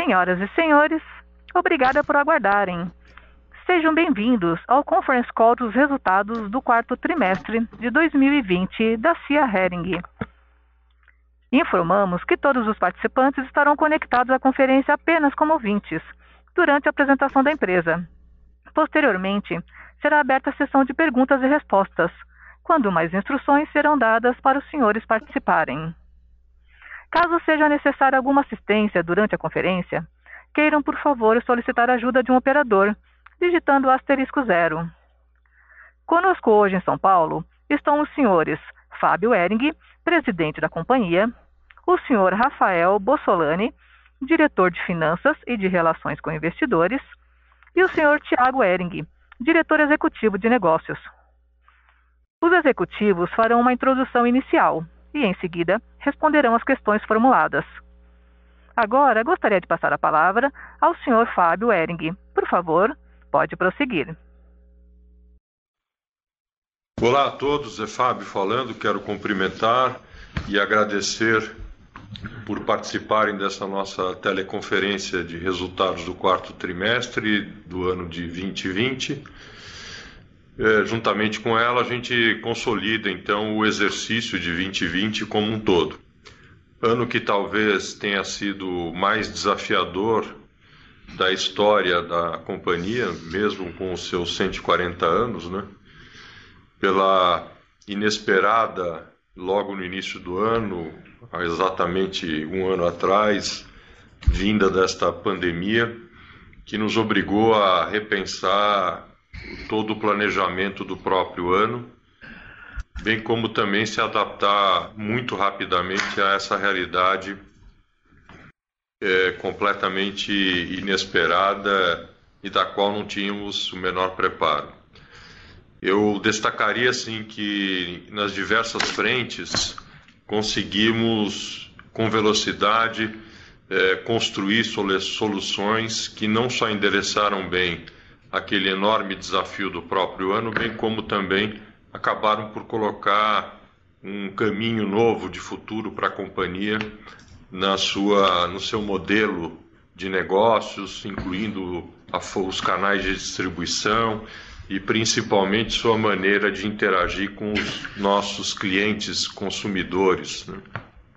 Senhoras e senhores, obrigada por aguardarem. Sejam bem-vindos ao Conference Call dos resultados do quarto trimestre de 2020 da CIA Hering. Informamos que todos os participantes estarão conectados à conferência apenas como ouvintes, durante a apresentação da empresa. Posteriormente, será aberta a sessão de perguntas e respostas, quando mais instruções serão dadas para os senhores participarem. Caso seja necessária alguma assistência durante a conferência, queiram, por favor, solicitar a ajuda de um operador, digitando *0. Conosco hoje em São Paulo estão os senhores Fábio Hering, presidente da companhia, o senhor Rafael Bossolani, diretor de Finanças e de Relações com Investidores, e o senhor Tiago Hering, diretor executivo de Negócios. Os executivos farão uma introdução inicial e, em seguida, responderão às questões formuladas. Agora, gostaria de passar a palavra ao senhor Fábio Hering. Por favor, pode prosseguir. Olá a todos, é Fábio falando. Quero cumprimentar e agradecer por participarem dessa nossa teleconferência de resultados do quarto trimestre do ano de 2020. Juntamente com ela, a gente consolida então o exercício de 2020 como um todo. Ano que talvez tenha sido mais desafiador da história da companhia, mesmo com os seus 140 anos, né? Pela inesperada, logo no início do ano, há exatamente um ano atrás, vinda desta pandemia, que nos obrigou a repensar todo o planejamento do próprio ano, bem como também se adaptar muito rapidamente a essa realidade completamente inesperada e da qual não tínhamos o menor preparo. Eu destacaria assim que nas diversas frentes conseguimos com velocidade construir soluções que não só endereçaram bem aquele enorme desafio do próprio ano, bem como também acabaram por colocar um caminho novo de futuro para a companhia no seu modelo de negócios, incluindo os canais de distribuição e principalmente sua maneira de interagir com os nossos clientes consumidores, né?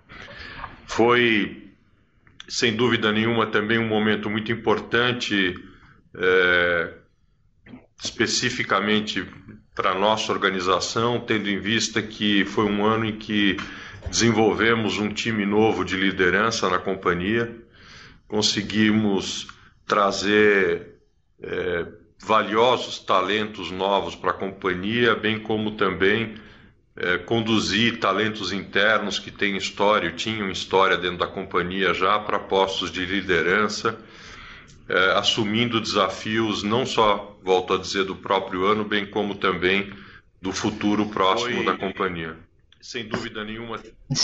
Foi, sem dúvida nenhuma, também um momento muito importante, especificamente para a nossa organização, tendo em vista que foi um ano em que desenvolvemos um time novo de liderança na companhia, conseguimos trazer valiosos talentos novos para a companhia, bem como também conduzir talentos internos que tinham história dentro da companhia já para postos de liderança, assumindo desafios não só, volto a dizer, do próprio ano, bem como também do futuro próximo da companhia. Sem dúvida nenhuma.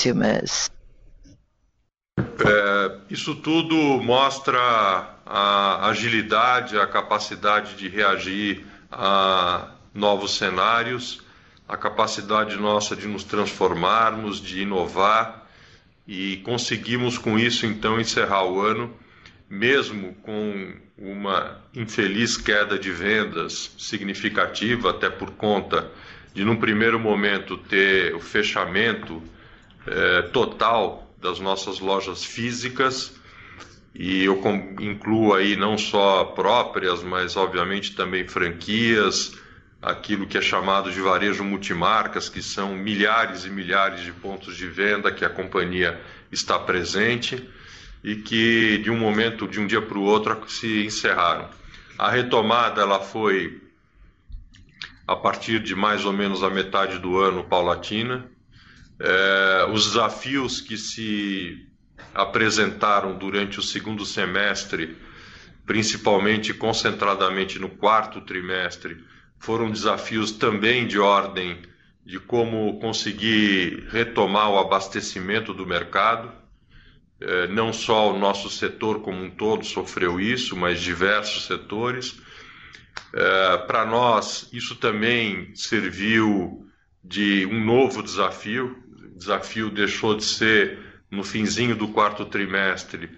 Isso tudo mostra a agilidade, a capacidade de reagir a novos cenários, a capacidade nossa de nos transformarmos, de inovar, e conseguimos com isso então encerrar o ano, mesmo com uma infeliz queda de vendas significativa, até por conta de, num primeiro momento, ter o fechamento total das nossas lojas físicas, e eu incluo aí não só próprias, mas obviamente também franquias, aquilo que é chamado de varejo multimarcas, que são milhares e milhares de pontos de venda que a companhia está presente e que de um dia para o outro se encerraram. A retomada ela foi a partir de mais ou menos a metade do ano, paulatina. Os desafios que se apresentaram durante o segundo semestre, principalmente concentradamente no quarto trimestre, foram desafios também de ordem de como conseguir retomar o abastecimento do mercado. Não só o nosso setor como um todo sofreu isso, mas diversos setores. Para nós, isso também serviu de um novo desafio. O desafio deixou de ser, no finzinho do quarto trimestre,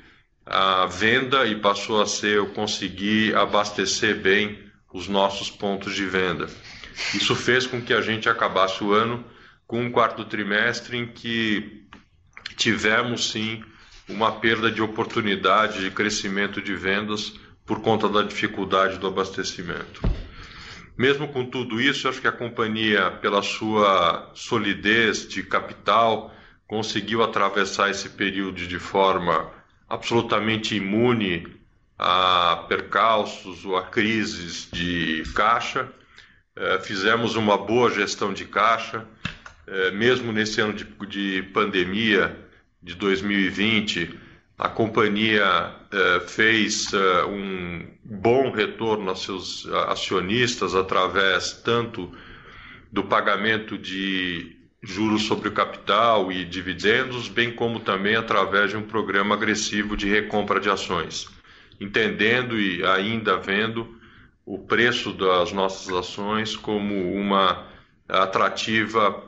a venda e passou a ser eu conseguir abastecer bem os nossos pontos de venda. Isso fez com que a gente acabasse o ano com um quarto trimestre em que tivemos, sim, uma perda de oportunidade de crescimento de vendas por conta da dificuldade do abastecimento. Mesmo com tudo isso, acho que a companhia, pela sua solidez de capital, conseguiu atravessar esse período de forma absolutamente imune a percalços ou a crises de caixa. Fizemos uma boa gestão de caixa, mesmo nesse ano de pandemia de 2020, a companhia fez um bom retorno aos seus acionistas através tanto do pagamento de juros sobre o capital e dividendos, bem como também através de um programa agressivo de recompra de ações, entendendo e ainda vendo o preço das nossas ações como um atrativo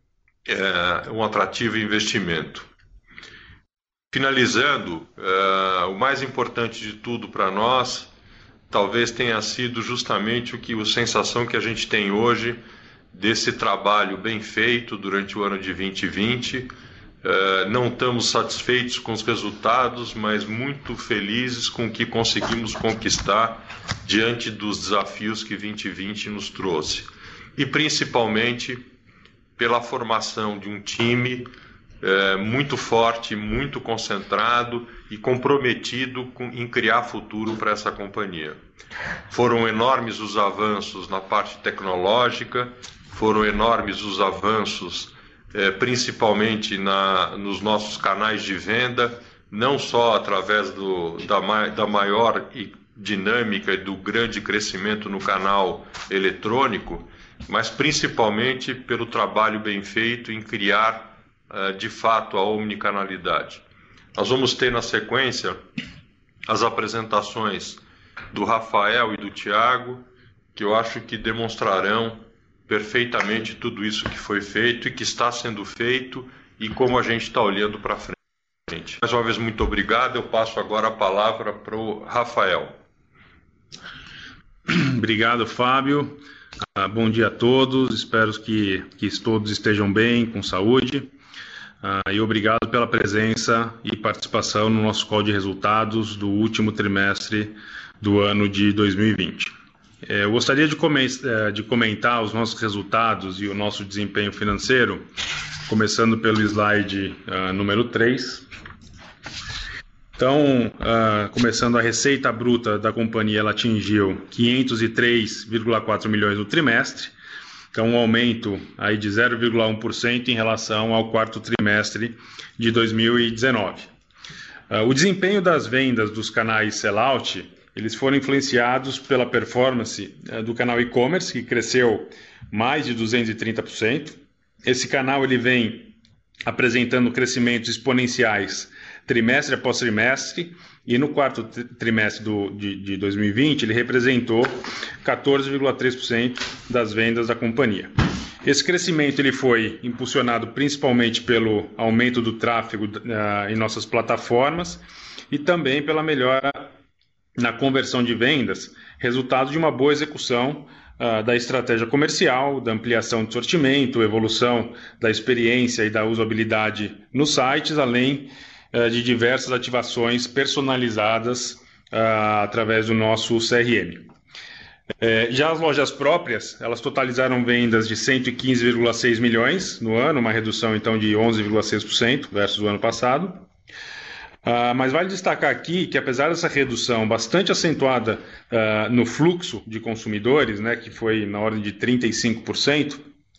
investimento. Finalizando, o mais importante de tudo para nós talvez tenha sido justamente a sensação que a gente tem hoje desse trabalho bem feito durante o ano de 2020. Não estamos satisfeitos com os resultados, mas muito felizes com o que conseguimos conquistar diante dos desafios que 2020 nos trouxe. E principalmente pela formação de um time muito forte, muito concentrado e comprometido em criar futuro para essa companhia. Foram enormes os avanços na parte tecnológica, foram enormes os avanços principalmente nos nossos canais de venda, não só através da maior dinâmica e do grande crescimento no canal eletrônico, mas principalmente pelo trabalho bem feito em criar de fato a omnicanalidade. Nós vamos ter na sequência as apresentações do Rafael e do Thiago, que eu acho que demonstrarão perfeitamente tudo isso que foi feito e que está sendo feito e como a gente está olhando para frente. Mais uma vez, muito obrigado. Eu passo agora a palavra para o Rafael. Obrigado, Fábio. Bom dia a todos. Espero que todos estejam bem, com saúde. E obrigado pela presença e participação no nosso call de resultados do último trimestre do ano de 2020. Eu gostaria de comentar os nossos resultados e o nosso desempenho financeiro, começando pelo slide número 3. Então, começando, a receita bruta da companhia, ela atingiu 503,4 milhões no trimestre, então um aumento aí de 0,1% em relação ao quarto trimestre de 2019. O desempenho das vendas dos canais sell-out, eles foram influenciados pela performance do canal e-commerce, que cresceu mais de 230%. Esse canal ele vem apresentando crescimentos exponenciais trimestre após trimestre, e no quarto trimestre de 2020 ele representou 14,3% das vendas da companhia. Esse crescimento ele foi impulsionado principalmente pelo aumento do tráfego em nossas plataformas e também pela melhora na conversão de vendas, resultado de uma boa execução da estratégia comercial, da ampliação de sortimento, evolução da experiência e da usabilidade nos sites, além de diversas ativações personalizadas através do nosso CRM. Já as lojas próprias, elas totalizaram vendas de 115,6 milhões no ano, uma redução então de 11,6% versus o ano passado. Mas vale destacar aqui que, apesar dessa redução bastante acentuada no fluxo de consumidores, né, que foi na ordem de 35%,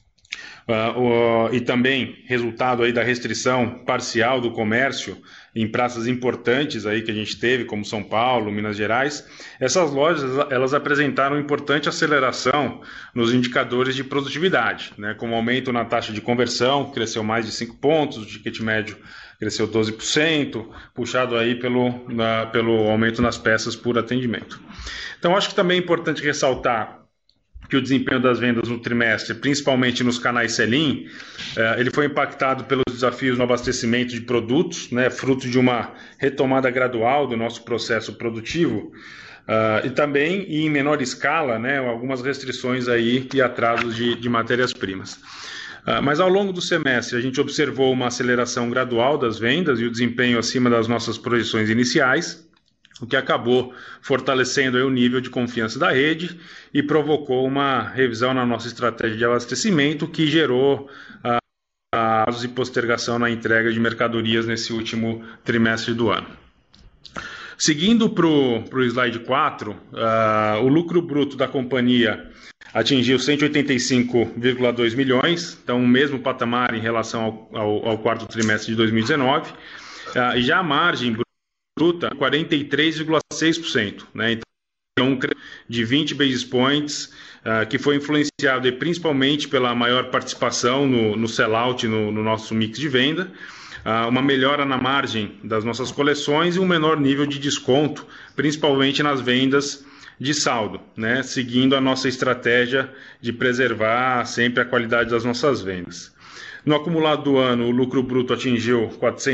e também resultado aí da restrição parcial do comércio em praças importantes aí que a gente teve, como São Paulo, Minas Gerais, essas lojas elas apresentaram importante aceleração nos indicadores de produtividade, né, como aumento na taxa de conversão, que cresceu mais de 5 pontos, o ticket médio cresceu 12%, puxado aí pelo aumento nas peças por atendimento. Então, acho que também é importante ressaltar que o desempenho das vendas no trimestre, principalmente nos canais sell-in, ele foi impactado pelos desafios no abastecimento de produtos, né, fruto de uma retomada gradual do nosso processo produtivo, e também, em menor escala, né, algumas restrições aí e atrasos de matérias-primas. Mas ao longo do semestre a gente observou uma aceleração gradual das vendas e o desempenho acima das nossas projeções iniciais, o que acabou fortalecendo aí o nível de confiança da rede e provocou uma revisão na nossa estratégia de abastecimento que gerou atrasos e postergação na entrega de mercadorias nesse último trimestre do ano. Seguindo para o slide 4, o lucro bruto da companhia atingiu 185,2 milhões, então o mesmo patamar em relação ao quarto trimestre de 2019, e já a margem bruta 43,6%, né? Então um crescimento de 20 basis points, que foi influenciado principalmente pela maior participação no sell-out no nosso mix de venda, uma melhora na margem das nossas coleções e um menor nível de desconto, principalmente nas vendas de saldo, né? Seguindo a nossa estratégia de preservar sempre a qualidade das nossas vendas. No acumulado do ano, o lucro bruto atingiu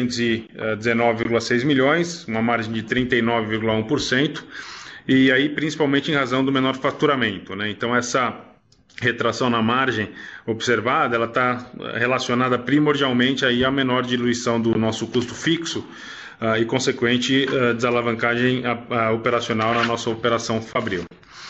419,6 milhões, uma margem de 39,1%, e aí principalmente em razão do menor faturamento, né? Então essa retração na margem observada, ela está relacionada primordialmente aí à menor diluição do nosso custo fixo e consequente desalavancagem operacional na nossa operação fabril.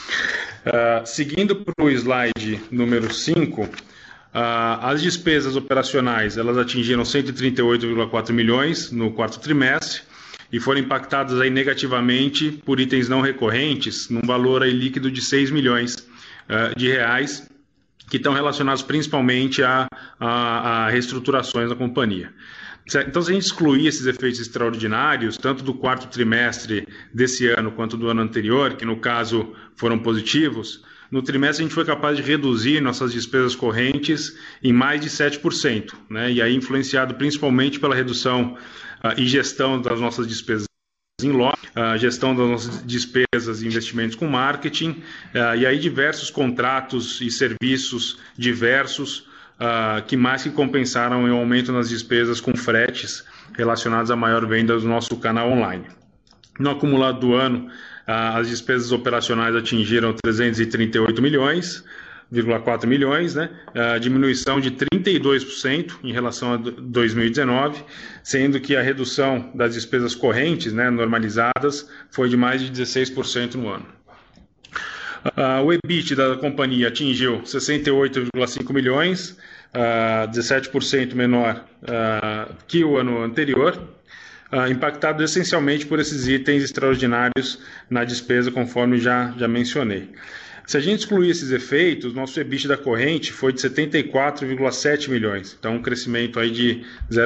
Seguindo para o slide número 5, as despesas operacionais elas atingiram 138,4 milhões no quarto trimestre e foram impactadas aí negativamente por itens não recorrentes, num valor aí líquido de 6 milhões de reais, que estão relacionados principalmente a reestruturações da companhia. Então, se a gente excluir esses efeitos extraordinários, tanto do quarto trimestre desse ano quanto do ano anterior, que no caso foram positivos, no trimestre a gente foi capaz de reduzir nossas despesas correntes em mais de 7%, né? E aí influenciado principalmente pela redução e gestão das nossas despesas em loja, a gestão das nossas despesas e investimentos com marketing, e aí diversos contratos e serviços diversos que mais que compensaram o aumento nas despesas com fretes relacionados à maior venda do nosso canal online. No acumulado do ano, as despesas operacionais atingiram 338 milhões, 4 milhões, né? Diminuição de 32% em relação a 2019, sendo que a redução das despesas correntes, né, normalizadas, foi de mais de 16% no ano. O EBIT da companhia atingiu 68,5 milhões, 17% menor que o ano anterior, impactado essencialmente por esses itens extraordinários na despesa, conforme já mencionei. Se a gente excluir esses efeitos, nosso EBIT da corrente foi de 74,7 milhões, então um crescimento aí de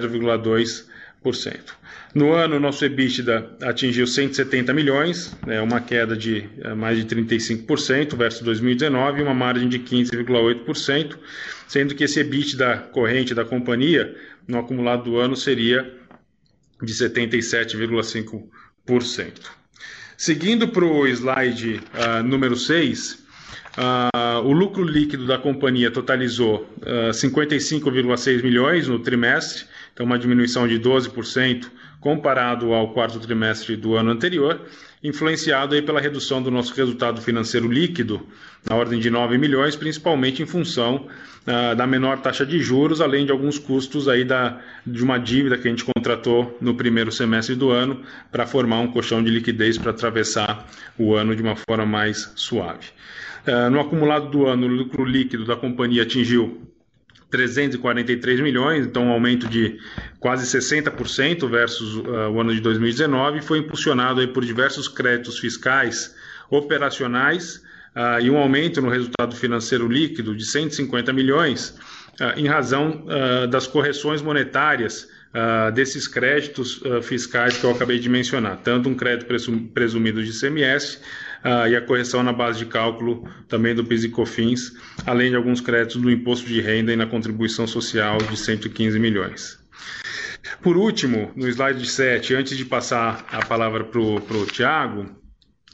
0,2%. No ano, nosso EBITDA atingiu 170 milhões, uma queda de mais de 35% versus 2019 e uma margem de 15,8%, sendo que esse EBITDA corrente da companhia, no acumulado do ano, seria de 77,5%. Seguindo para o slide número 6, o lucro líquido da companhia totalizou 55,6 milhões no trimestre, então uma diminuição de 12% comparado ao quarto trimestre do ano anterior, influenciado aí pela redução do nosso resultado financeiro líquido, na ordem de 9 milhões, principalmente em função da menor taxa de juros, além de alguns custos aí de uma dívida que a gente contratou no primeiro semestre do ano para formar um colchão de liquidez para atravessar o ano de uma forma mais suave. No acumulado do ano, o lucro líquido da companhia atingiu 343 milhões, então um aumento de quase 60% versus o ano de 2019, foi impulsionado aí por diversos créditos fiscais operacionais e um aumento no resultado financeiro líquido de 150 milhões, em razão das correções monetárias desses créditos fiscais que eu acabei de mencionar, tanto um crédito presumido de ICMS e a correção na base de cálculo também do PIS e COFINS, além de alguns créditos do imposto de renda e na contribuição social de 115 milhões. Por último, no slide 7, antes de passar a palavra para o Thiago,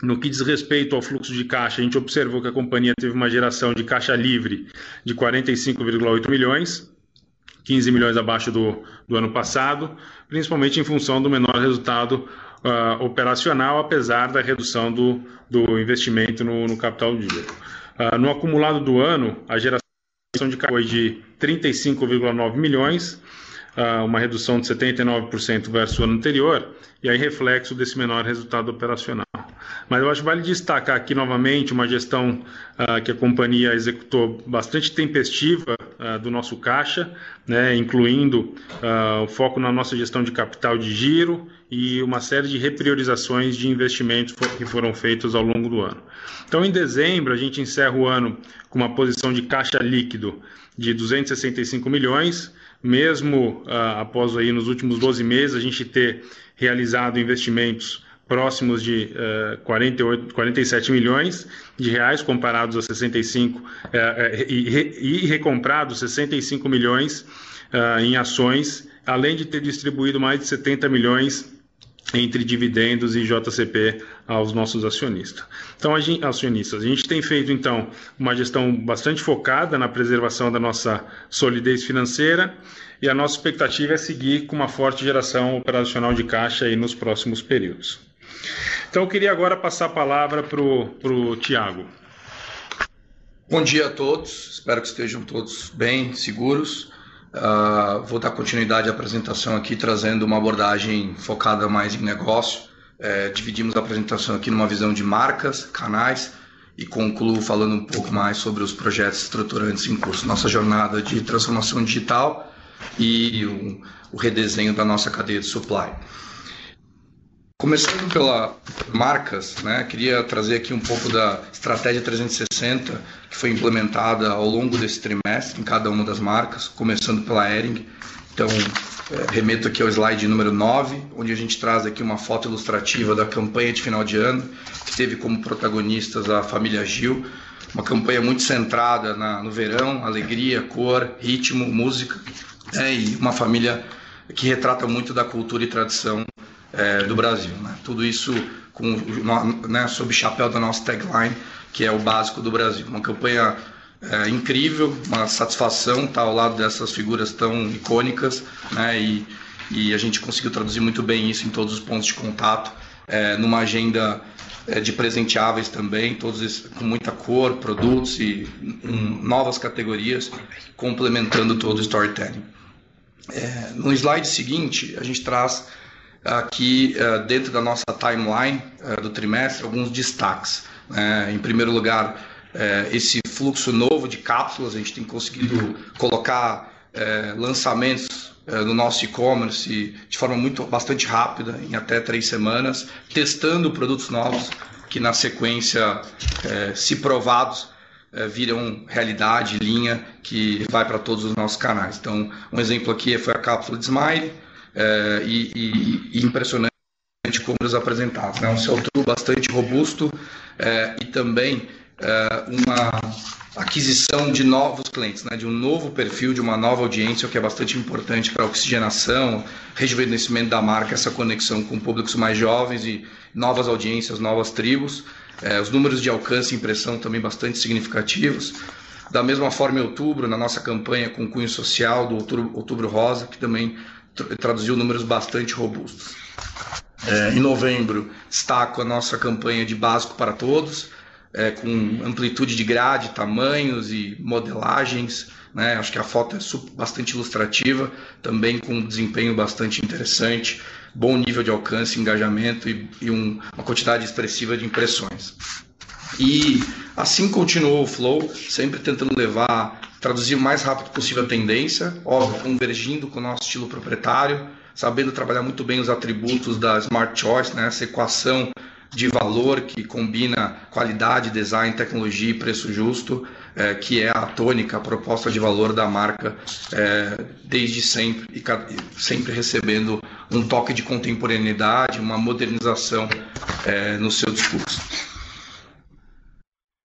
No que diz respeito ao fluxo de caixa, a gente observou que a companhia teve uma geração de caixa livre de 45,8 milhões, 15 milhões abaixo do ano passado, principalmente em função do menor resultado operacional, apesar da redução do investimento no capital de giro. No acumulado do ano, a geração de caixa foi de 35,9 milhões, uma redução de 79% versus o ano anterior, e aí reflexo desse menor resultado operacional. Mas eu acho que vale destacar aqui novamente uma gestão que a companhia executou bastante tempestiva do nosso caixa, né, incluindo o foco na nossa gestão de capital de giro e uma série de repriorizações de investimentos que foram feitos ao longo do ano. Então, em dezembro, a gente encerra o ano com uma posição de caixa líquido de 265 milhões, mesmo após aí nos últimos 12 meses a gente ter realizado investimentos próximos de 47 milhões de reais, comparados a 65, e recomprados 65 milhões em ações, além de ter distribuído mais de 70 milhões entre dividendos e JCP aos nossos acionistas. Então, a gente tem feito, então, uma gestão bastante focada na preservação da nossa solidez financeira, e a nossa expectativa é seguir com uma forte geração operacional de caixa aí nos próximos períodos. Então, eu queria agora passar a palavra para o Thiago. Bom dia a todos, espero que estejam todos bem, seguros. Vou dar continuidade à apresentação aqui, trazendo uma abordagem focada mais em negócio. Dividimos a apresentação aqui numa visão de marcas, canais, e concluo falando um pouco mais sobre os projetos estruturantes em curso, nossa jornada de transformação digital e o redesenho da nossa cadeia de supply. Começando pela marcas, né, queria trazer aqui um pouco da estratégia 360 que foi implementada ao longo desse trimestre em cada uma das marcas, começando pela Hering. Então, remeto aqui ao slide número 9, onde a gente traz aqui uma foto ilustrativa da campanha de final de ano, que teve como protagonistas a família Gil, uma campanha muito centrada no verão, alegria, cor, ritmo, música, e uma família que retrata muito da cultura e tradição do Brasil, né? Tudo isso sob o chapéu da nossa tagline, que é o básico do Brasil. Uma campanha incrível, uma satisfação estar ao lado dessas figuras tão icônicas, né? E a gente conseguiu traduzir muito bem isso em todos os pontos de contato, numa agenda de presenteáveis também, todos com muita cor, produtos e novas categorias, complementando todo o storytelling. No slide seguinte, a gente traz aqui, dentro da nossa timeline do trimestre, alguns destaques. Em primeiro lugar, esse fluxo novo de cápsulas, a gente tem conseguido colocar lançamentos no nosso e-commerce de forma bastante rápida, em até 3 semanas, testando produtos novos que na sequência, se provados, viram realidade, linha, que vai para todos os nossos canais. Então, um exemplo aqui foi a cápsula de Smile, e impressionante como eles apresentados, né? Um sell-through bastante robusto, e também uma aquisição de novos clientes, né? De um novo perfil, de uma nova audiência, o que é bastante importante para a oxigenação, rejuvenescimento da marca, essa conexão com públicos mais jovens e novas audiências, novas tribos. Os números de alcance e impressão também bastante significativos. Da mesma forma, em outubro, na nossa campanha com cunho social do Outubro Rosa, que também traduziu números bastante robustos. Em novembro, destaco a nossa campanha de Básico para Todos, com amplitude de grade, tamanhos e modelagens, né? Acho que a foto é bastante ilustrativa, também com um desempenho bastante interessante, bom nível de alcance, engajamento e uma quantidade expressiva de impressões. E assim continuou o Flow, sempre tentando traduzir o mais rápido possível a tendência, óbvio, convergindo com o nosso estilo proprietário, sabendo trabalhar muito bem os atributos da Smart Choice, né? Essa equação de valor que combina qualidade, design, tecnologia e preço justo, que é a tônica, a proposta de valor da marca desde sempre, e sempre recebendo um toque de contemporaneidade, uma modernização no seu discurso.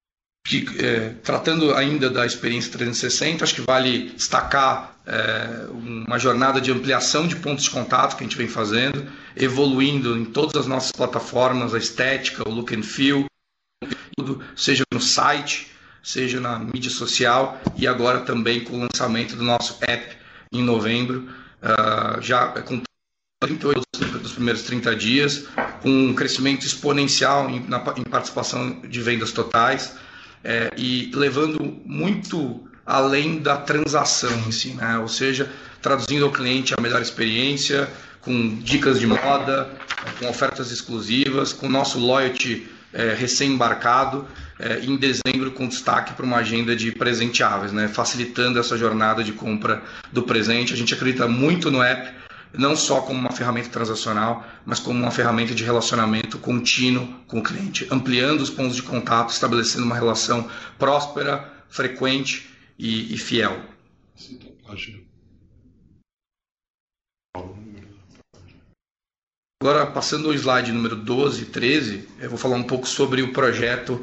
tratando ainda da experiência 360, acho que vale destacar uma jornada de ampliação de pontos de contato que a gente vem fazendo, evoluindo em todas as nossas plataformas, a estética, o look and feel, seja no site, seja na mídia social, e agora também com o lançamento do nosso app em novembro, já com 38 dos primeiros 30 dias, com um crescimento exponencial em participação de vendas totais, e levando muito além da transação em si, né? Ou seja, traduzindo ao cliente a melhor experiência, com dicas de moda, com ofertas exclusivas, com o nosso loyalty recém-embarcado, em dezembro com destaque para uma agenda de presenteáveis, né? Facilitando essa jornada de compra do presente. A gente acredita muito no app, não só como uma ferramenta transacional, mas como uma ferramenta de relacionamento contínuo com o cliente, ampliando os pontos de contato, estabelecendo uma relação próspera, frequente e fiel. Agora, passando ao slide número 12 e 13, eu vou falar um pouco sobre o projeto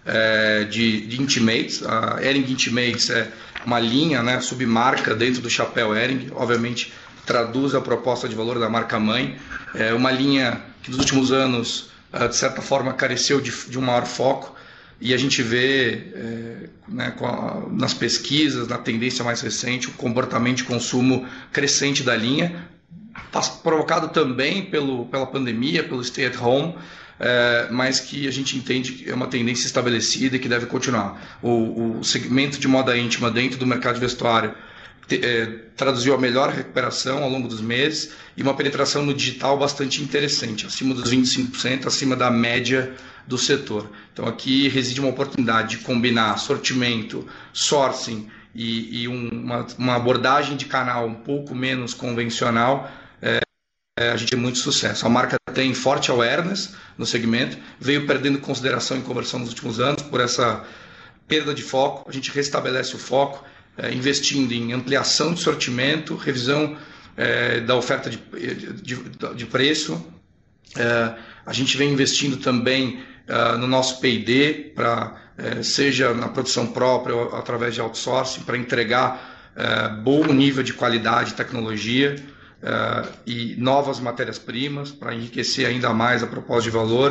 de Intimates. A Hering Intimates é uma linha, né, submarca dentro do chapéu Hering, obviamente traduz a proposta de valor da marca-mãe. É uma linha que nos últimos anos, de certa forma, careceu de um maior foco, e a gente vê nas pesquisas, na tendência mais recente, o comportamento de consumo crescente da linha, provocado também pela pandemia, pelo stay at home, mas que a gente entende que é uma tendência estabelecida e que deve continuar. O segmento de moda íntima dentro do mercado de vestuário traduziu a melhor recuperação ao longo dos meses e uma penetração no digital bastante interessante, acima dos 25%, acima da média do setor. Então aqui reside uma oportunidade de combinar sortimento, sourcing e uma abordagem de canal um pouco menos convencional. A gente tem muito sucesso. A marca tem forte awareness no segmento, veio perdendo consideração em conversão nos últimos anos por essa perda de foco. A gente restabelece o foco, investindo em ampliação de sortimento, revisão da oferta de preço. A gente vem investindo também no nosso P&D, seja na produção própria ou através de outsourcing, para entregar bom nível de qualidade e tecnologia, e novas matérias-primas para enriquecer ainda mais a proposta de valor.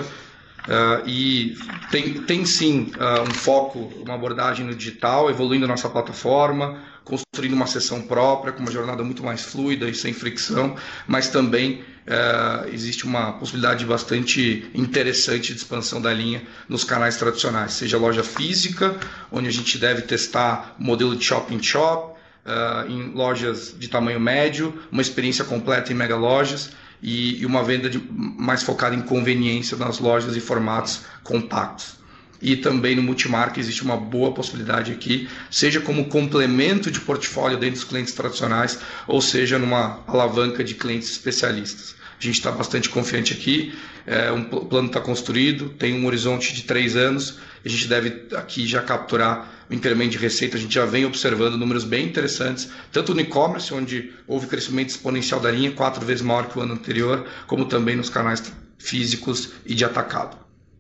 E tem sim um foco, uma abordagem no digital, evoluindo a nossa plataforma, construindo uma seção própria, com uma jornada muito mais fluida e sem fricção, mas também existe uma possibilidade bastante interessante de expansão da linha nos canais tradicionais, seja loja física, onde a gente deve testar o modelo de shop-in-shop, em lojas de tamanho médio, uma experiência completa em mega lojas, e uma venda mais focada em conveniência nas lojas e formatos compactos. E também no multimarca existe uma boa possibilidade aqui, seja como complemento de portfólio dentro dos clientes tradicionais, ou seja numa alavanca de clientes especialistas. A gente está bastante confiante aqui, o plano está construído, tem um horizonte de 3 anos, a gente deve aqui já capturar o incremento de receita. A gente já vem observando números bem interessantes, tanto no e-commerce, onde houve crescimento exponencial da linha, 4 vezes maior que o ano anterior, como também nos canais físicos e de atacado.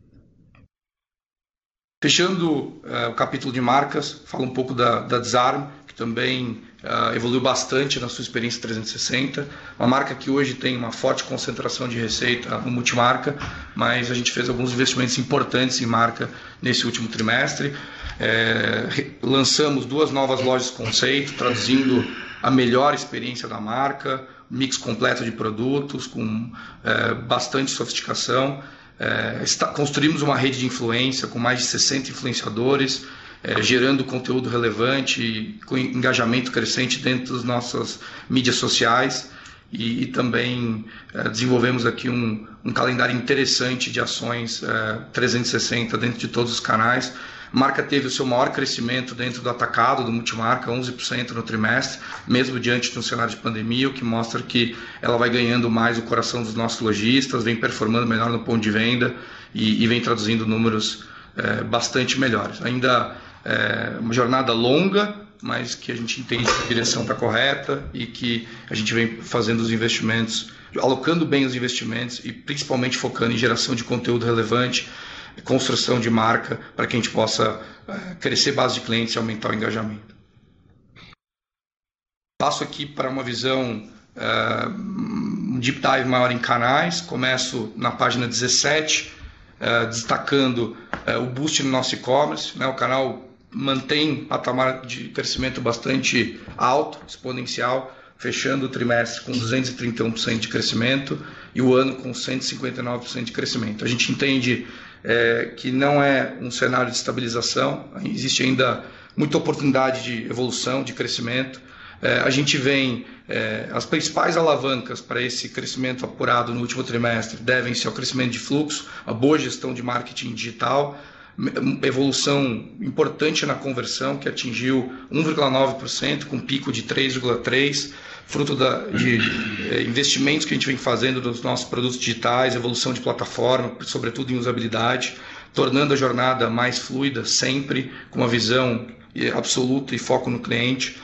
Fechando o capítulo de marcas, falo um pouco da Disarm, que também evoluiu bastante na sua experiência 360, uma marca que hoje tem uma forte concentração de receita no multimarca, mas a gente fez alguns investimentos importantes em marca nesse último trimestre. Lançamos 2 novas lojas conceito, traduzindo a melhor experiência da marca, mix completo de produtos, com bastante sofisticação. Construímos uma rede de influência com mais de 60 influenciadores, gerando conteúdo relevante e com engajamento crescente dentro das nossas mídias sociais, e também desenvolvemos aqui um calendário interessante de ações 360 dentro de todos os canais. A marca teve o seu maior crescimento dentro do atacado, do multimarca, 11% no trimestre, mesmo diante de um cenário de pandemia, o que mostra que ela vai ganhando mais o coração dos nossos lojistas, vem performando melhor no ponto de venda e vem traduzindo números bastante melhores. Ainda uma jornada longa, mas que a gente entende que a direção está correta e que a gente vem fazendo os investimentos, alocando bem os investimentos e principalmente focando em geração de conteúdo relevante, construção de marca para que a gente possa crescer base de clientes e aumentar o engajamento. Passo aqui para uma visão um deep dive maior em canais. Começo na página 17, destacando o boost no nosso e-commerce, né? O canal mantém patamar de crescimento bastante alto, exponencial, fechando o trimestre com 231% de crescimento e o ano com 159% de crescimento. A gente entende que não é um cenário de estabilização, existe ainda muita oportunidade de evolução, de crescimento. A gente vem, as principais alavancas para esse crescimento apurado no último trimestre devem-se ao crescimento de fluxo, a boa gestão de marketing digital, evolução importante na conversão, que atingiu 1,9%, com pico de 3,3%, fruto de investimentos que a gente vem fazendo nos nossos produtos digitais, evolução de plataforma, sobretudo em usabilidade, tornando a jornada mais fluida, sempre com uma visão absoluta e foco no cliente.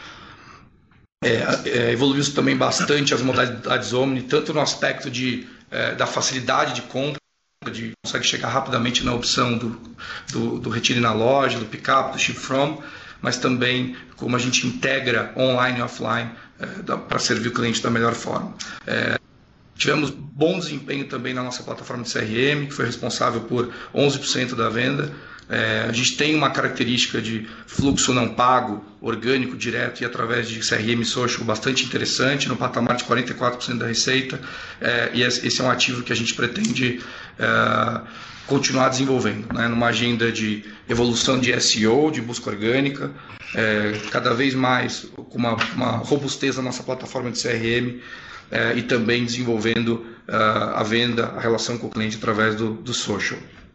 Evoluiu também bastante as modalidades Omni, tanto no aspecto da facilidade de compra, consegue chegar rapidamente na opção do retire na loja, do pick-up, do ship from, mas também como a gente integra online e offline para servir o cliente da melhor forma. Tivemos bom desempenho também na nossa plataforma de CRM, que foi responsável por 11% da venda. A gente tem uma característica de fluxo não pago, orgânico, direto e através de CRM social bastante interessante, no patamar de 44% da receita, e esse é um ativo que a gente pretende continuar desenvolvendo, né, numa agenda de evolução de SEO, de busca orgânica, cada vez mais com uma robustez na nossa plataforma de CRM, e também desenvolvendo a venda, a relação com o cliente através do social.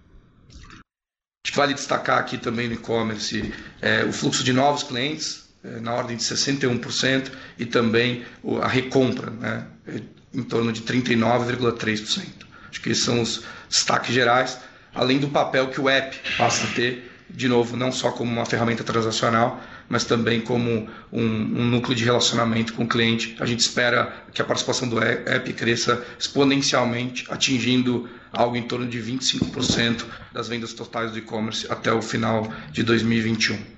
Acho que vale destacar aqui também no e-commerce o fluxo de novos clientes, na ordem de 61%, e também a recompra, né, em torno de 39,3%. Acho que esses são os destaques gerais, além do papel que o app passa a ter, de novo, não só como uma ferramenta transacional, mas também como um núcleo de relacionamento com o cliente. A gente espera que a participação do app cresça exponencialmente, atingindo algo em torno de 25% das vendas totais do e-commerce até o final de 2021. A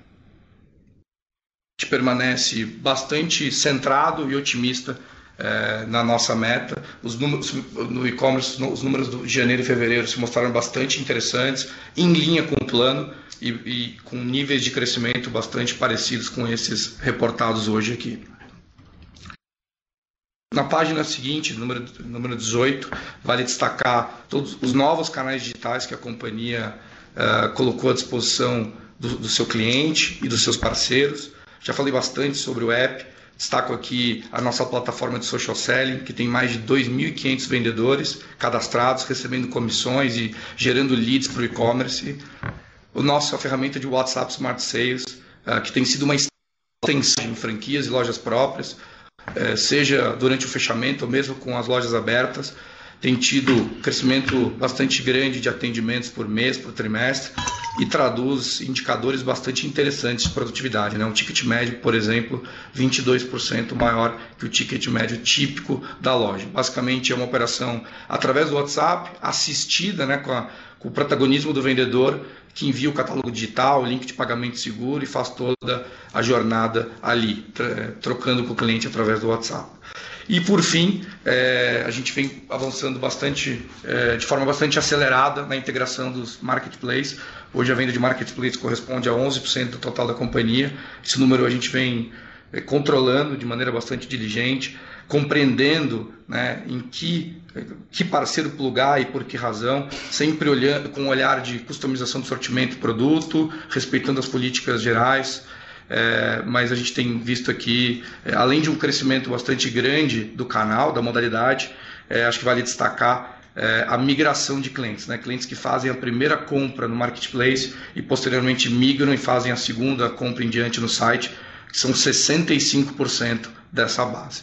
gente permanece bastante centrado e otimista na nossa meta. Os números no e-commerce, os números de janeiro e fevereiro se mostraram bastante interessantes, em linha com o plano e com níveis de crescimento bastante parecidos com esses reportados hoje aqui. Na página seguinte, número 18, vale destacar todos os novos canais digitais que a companhia colocou à disposição do seu cliente e dos seus parceiros. Já falei bastante sobre o app. Destaco aqui a nossa plataforma de social selling, que tem mais de 2.500 vendedores cadastrados, recebendo comissões e gerando leads para o e-commerce. A nossa ferramenta de WhatsApp Smart Sales, que tem sido uma extensão em franquias e lojas próprias, seja durante o fechamento ou mesmo com as lojas abertas. Tem tido crescimento bastante grande de atendimentos por mês, por trimestre, e traduz indicadores bastante interessantes de produtividade, né? Um ticket médio, por exemplo, 22% maior que o ticket médio típico da loja. Basicamente é uma operação através do WhatsApp, assistida, né, com o protagonismo do vendedor, que envia o catálogo digital, o link de pagamento seguro e faz toda a jornada ali, trocando com o cliente através do WhatsApp. E por fim, a gente vem avançando bastante, de forma bastante acelerada na integração dos marketplaces. Hoje a venda de marketplace corresponde a 11% do total da companhia. Esse número a gente vem controlando de maneira bastante diligente, compreendendo, né, em que parceiro plugar e por que razão, sempre olhando com um olhar de customização do sortimento do produto, respeitando as políticas gerais. Mas a gente tem visto aqui, além de um crescimento bastante grande do canal, da modalidade, acho que vale destacar a migração de clientes, né? Clientes que fazem a primeira compra no marketplace e posteriormente migram e fazem a segunda compra em diante no site, que são 65% dessa base.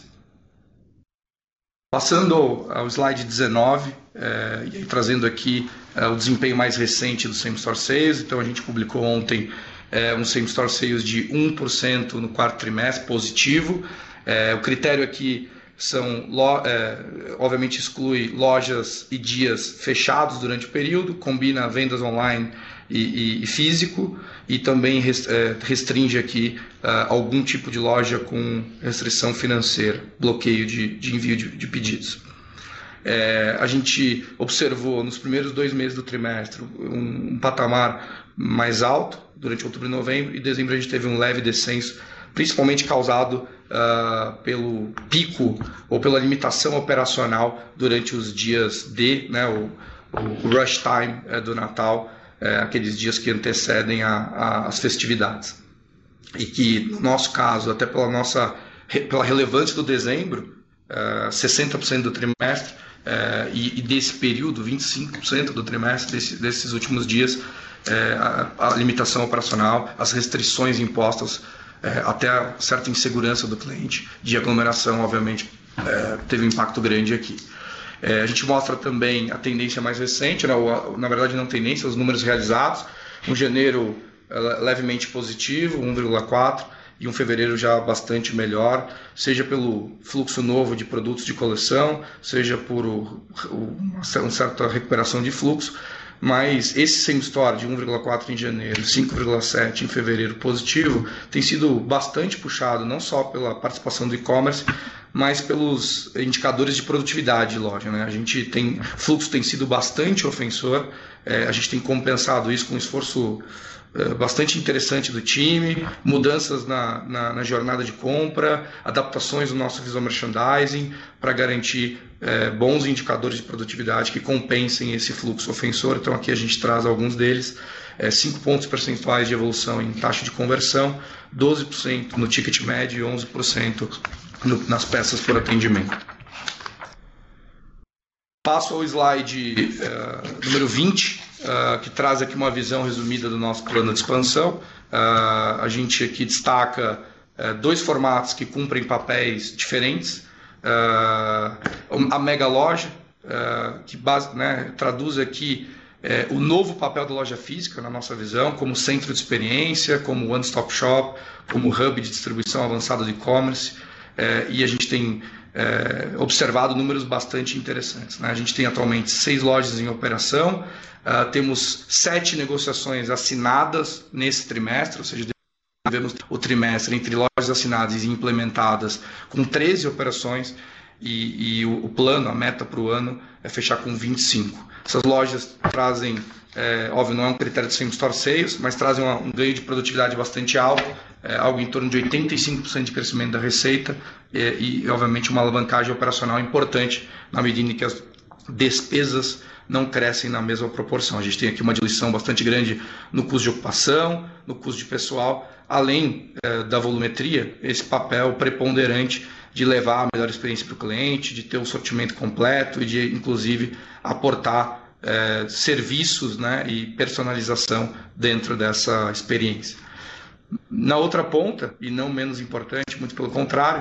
Passando ao slide 19, e trazendo aqui o desempenho mais recente do Same Store Sales. Então a gente publicou ontem um Same Store Sales de 1% no quarto trimestre, positivo. O critério aqui obviamente exclui lojas e dias fechados durante o período, combina vendas online e físico, e também restringe aqui algum tipo de loja com restrição financeira, bloqueio de envio de pedidos. A gente observou nos primeiros 2 meses do trimestre um patamar mais alto durante outubro e novembro, e em dezembro a gente teve um leve descenso, principalmente causado pelo pico ou pela limitação operacional durante os dias o rush time do Natal, aqueles dias que antecedem as festividades. E que, no nosso caso, até pela relevância do dezembro, 60% do trimestre, e desse período, 25% do trimestre, desses últimos dias, a limitação operacional, as restrições impostas, até a certa insegurança do cliente de aglomeração, obviamente, teve um impacto grande aqui. A gente mostra também a tendência mais recente, na verdade não tendência, os números realizados, um janeiro levemente positivo, 1,4%, e um fevereiro já bastante melhor, seja pelo fluxo novo de produtos de coleção, seja por uma certa recuperação de fluxo, mas esse same store de 1,4 em janeiro, 5,7 em fevereiro positivo, tem sido bastante puxado não só pela participação do e-commerce, mas pelos indicadores de produtividade de loja, né? O fluxo tem sido bastante ofensor, a gente tem compensado isso com um esforço bastante interessante do time, mudanças na jornada de compra, adaptações do nosso visual merchandising para garantir bons indicadores de produtividade que compensem esse fluxo ofensor. Então aqui a gente traz alguns deles, 5 pontos percentuais de evolução em taxa de conversão, 12% no ticket médio e 11% nas peças por atendimento. Passo ao slide número 20, que traz aqui uma visão resumida do nosso plano de expansão. A gente aqui destaca 2 formatos que cumprem papéis diferentes. A mega loja, que traduz aqui o novo papel da loja física, na nossa visão, como centro de experiência, como one-stop shop, como hub de distribuição avançada de e-commerce. E a gente tem observado números bastante interessantes, né? A gente tem atualmente 6 lojas em operação, temos 7 negociações assinadas nesse trimestre, ou seja, tivemos o trimestre entre lojas assinadas e implementadas com 13 operações, e o plano, a meta para o ano é fechar com 25. Essas lojas trazem, óbvio, não é um critério de same store sales, mas trazem um ganho de produtividade bastante alto, algo em torno de 85% de crescimento da receita e, obviamente, uma alavancagem operacional importante na medida em que as despesas não crescem na mesma proporção. A gente tem aqui uma diluição bastante grande no custo de ocupação, no custo de pessoal, além da volumetria, esse papel preponderante de levar a melhor experiência para o cliente, de ter um sortimento completo e de, inclusive, aportar serviços, né, e personalização dentro dessa experiência. Na outra ponta, e não menos importante, muito pelo contrário,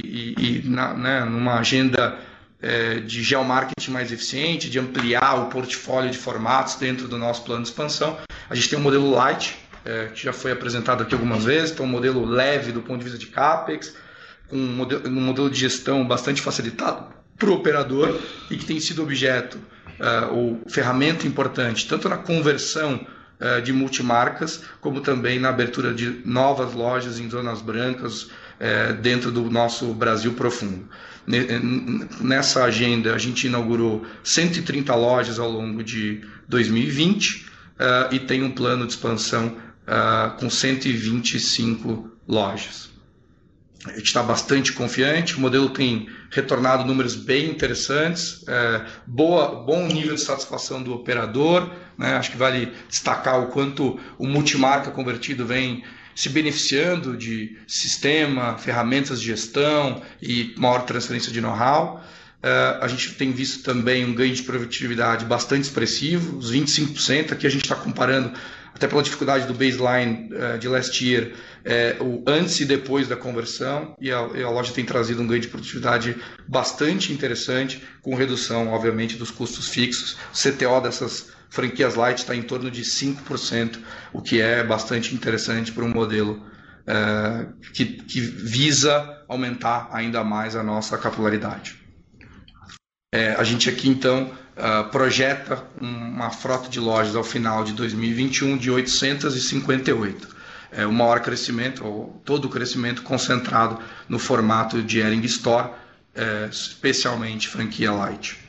numa agenda de geomarketing mais eficiente, de ampliar o portfólio de formatos dentro do nosso plano de expansão, a gente tem um modelo light, que já foi apresentado aqui algumas vezes, então um modelo leve do ponto de vista de CAPEX, com um modelo de gestão bastante facilitado para o operador e que tem sido objeto ou ferramenta importante tanto na conversão de multimarcas, como também na abertura de novas lojas em zonas brancas dentro do nosso Brasil profundo. Nessa agenda, a gente inaugurou 130 lojas ao longo de 2020 e tem um plano de expansão com 125 lojas. A gente está bastante confiante, o modelo tem retornado números bem interessantes, bom nível de satisfação do operador, né? Acho que vale destacar o quanto o multimarca convertido vem se beneficiando de sistema, ferramentas de gestão e maior transferência de know-how. A gente tem visto também um ganho de produtividade bastante expressivo, os 25%, aqui a gente está comparando até pela dificuldade do baseline de last year, o antes e depois da conversão, e a loja tem trazido um ganho de produtividade bastante interessante, com redução, obviamente, dos custos fixos. O CTO dessas franquias light está em torno de 5%, o que é bastante interessante para um modelo que visa aumentar ainda mais a nossa capilaridade. A gente aqui, então, projeta uma frota de lojas ao final de 2021 de 858. O maior crescimento, ou todo o crescimento concentrado no formato de Hering Store, especialmente franquia Light.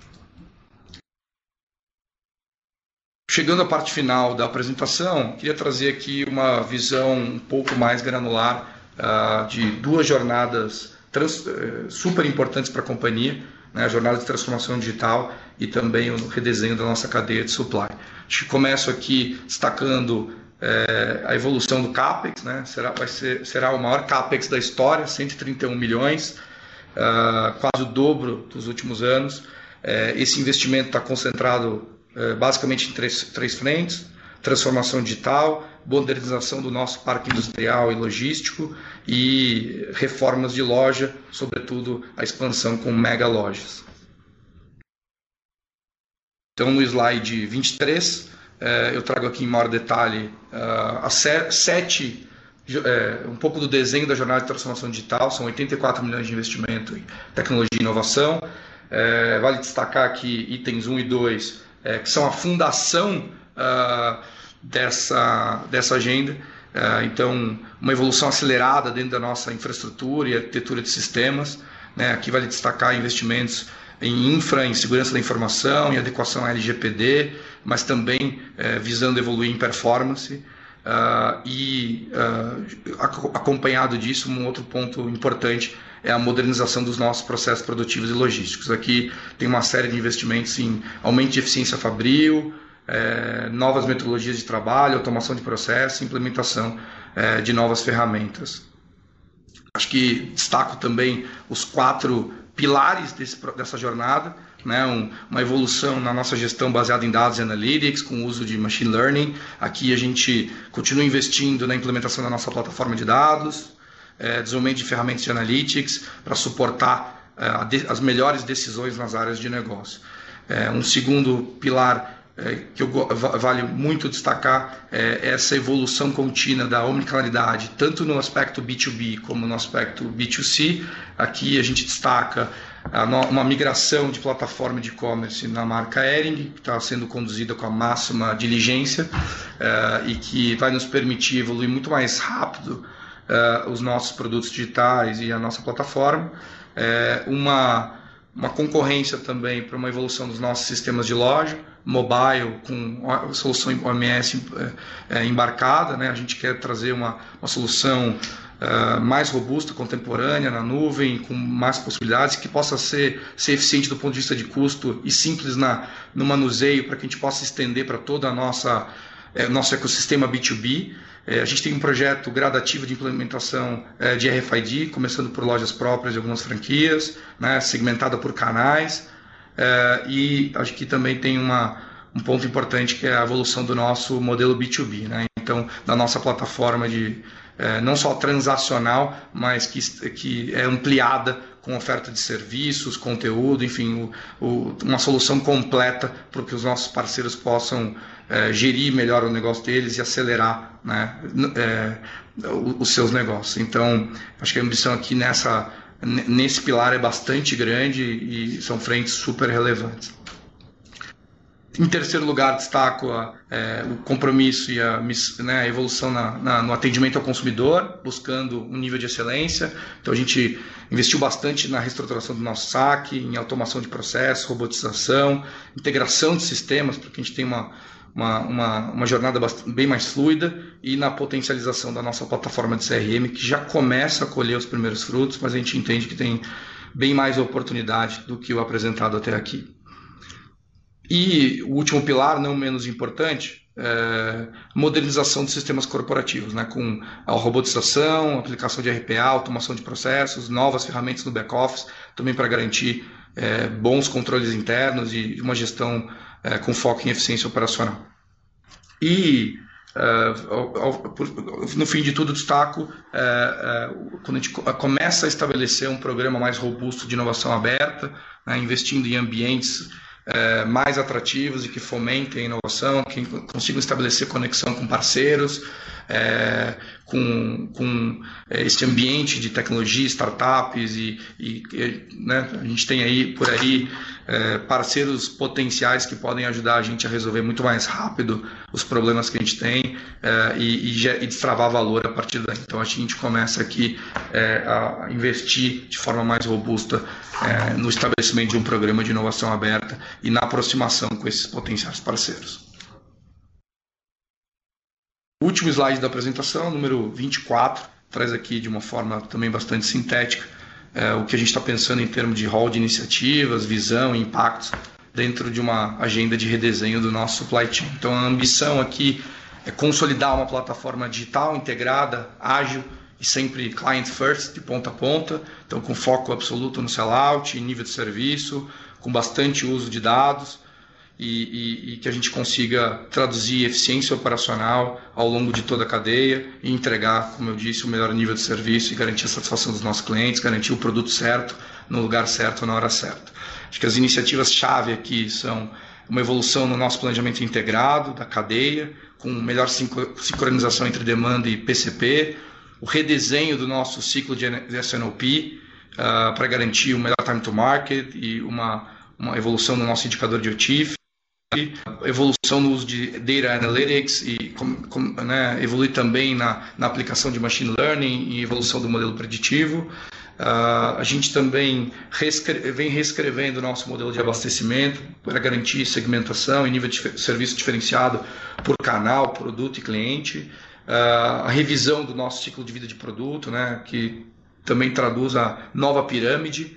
Chegando à parte final da apresentação, queria trazer aqui uma visão um pouco mais granular de duas jornadas super importantes para a companhia, né, a jornada de transformação digital e também o redesenho da nossa cadeia de supply. Acho que começo aqui destacando a evolução do CAPEX, né, será o maior CAPEX da história, 131 milhões, quase o dobro dos últimos anos. Esse investimento está concentrado basicamente em três frentes: transformação digital, modernização do nosso parque industrial e logístico e reformas de loja, sobretudo a expansão com mega lojas. Então, no slide 23, eu trago aqui em maior detalhe um pouco do desenho da jornada de transformação digital. São 84 milhões de investimento em tecnologia e inovação. Vale destacar aqui itens 1 e 2, que são a fundação dessa agenda. Então, uma evolução acelerada dentro da nossa infraestrutura e arquitetura de sistemas, né? Aqui vale destacar investimentos em infra, em segurança da informação, em adequação à LGPD, mas também visando evoluir em performance. Acompanhado disso, um outro ponto importante é a modernização dos nossos processos produtivos e logísticos. Aqui tem uma série de investimentos em aumento de eficiência fabril, novas metodologias de trabalho, automação de processo, implementação de novas ferramentas. Acho que destaco também os 4 pilares dessa jornada, né? Uma evolução na nossa gestão baseada em dados e analytics, com o uso de machine learning. Aqui a gente continua investindo na implementação da nossa plataforma de dados, desenvolvimento de ferramentas de analytics para suportar as melhores decisões nas áreas de negócio. Um segundo pilar que vale muito destacar essa evolução contínua da omnicanalidade, tanto no aspecto B2B como no aspecto B2C. Aqui a gente destaca uma migração de plataforma de e-commerce na marca Hering, que está sendo conduzida com a máxima diligência e que vai nos permitir evoluir muito mais rápido os nossos produtos digitais e a nossa plataforma. Uma concorrência também para uma evolução dos nossos sistemas de loja, mobile, com a solução OMS embarcada, né? A gente quer trazer uma solução mais robusta, contemporânea, na nuvem, com mais possibilidades, que possa ser eficiente do ponto de vista de custo e simples no manuseio, para que a gente possa estender para todo nosso ecossistema B2B. A gente tem um projeto gradativo de implementação de RFID, começando por lojas próprias de algumas franquias, né, segmentada por canais, e acho que também tem um ponto importante, que é a evolução do nosso modelo B2B, né? Então, da nossa plataforma não só transacional, mas que é ampliada com oferta de serviços, conteúdo, enfim, uma solução completa para que os nossos parceiros possam gerir melhor o negócio deles e acelerar, né, os seus negócios. Então, acho que a ambição aqui nesse pilar é bastante grande e são frentes super relevantes. Em terceiro lugar, destaco o compromisso e a evolução no atendimento ao consumidor, buscando um nível de excelência. Então, a gente investiu bastante na reestruturação do nosso saque, em automação de processos, robotização, integração de sistemas, porque a gente tem uma jornada bem mais fluida, e na potencialização da nossa plataforma de CRM, que já começa a colher os primeiros frutos, mas a gente entende que tem bem mais oportunidade do que o apresentado até aqui. E o último pilar, não menos importante, modernização de sistemas corporativos, né, com a robotização, aplicação de RPA, automação de processos, novas ferramentas no back-office, também para garantir bons controles internos e uma gestão com foco em eficiência operacional. E, no fim de tudo, destaco quando a gente começa a estabelecer um programa mais robusto de inovação aberta, né, investindo em ambientes mais atrativos e que fomentem a inovação, que consigam estabelecer conexão com parceiros, com esse ambiente de tecnologia, startups né, a gente tem aí por aí parceiros potenciais que podem ajudar a gente a resolver muito mais rápido os problemas que a gente tem e destravar valor a partir daí. Então, a gente começa aqui a investir de forma mais robusta no estabelecimento de um programa de inovação aberta e na aproximação com esses potenciais parceiros. O último slide da apresentação, número 24, traz aqui de uma forma também bastante sintética o que a gente está pensando em termos de rol de iniciativas, visão e impactos dentro de uma agenda de redesenho do nosso supply chain. Então, a ambição aqui é consolidar uma plataforma digital integrada, ágil e sempre client first, de ponta a ponta, então com foco absoluto no sellout, nível de serviço, com bastante uso de dados, e que a gente consiga traduzir eficiência operacional ao longo de toda a cadeia e entregar, como eu disse, o melhor nível de serviço e garantir a satisfação dos nossos clientes, garantir o produto certo, no lugar certo, na hora certa. Acho que as iniciativas-chave aqui são uma evolução no nosso planejamento integrado da cadeia, com melhor sincronização entre demanda e PCP, o redesenho do nosso ciclo de S&OP para garantir o melhor time to market e uma evolução no nosso indicador de OTIF, evolução no uso de Data Analytics e evoluir também na aplicação de Machine Learning e evolução do modelo preditivo. A gente também vem reescrevendo o nosso modelo de abastecimento para garantir segmentação e nível de serviço diferenciado por canal, produto e cliente. A revisão do nosso ciclo de vida de produto, né, que também traduz a nova pirâmide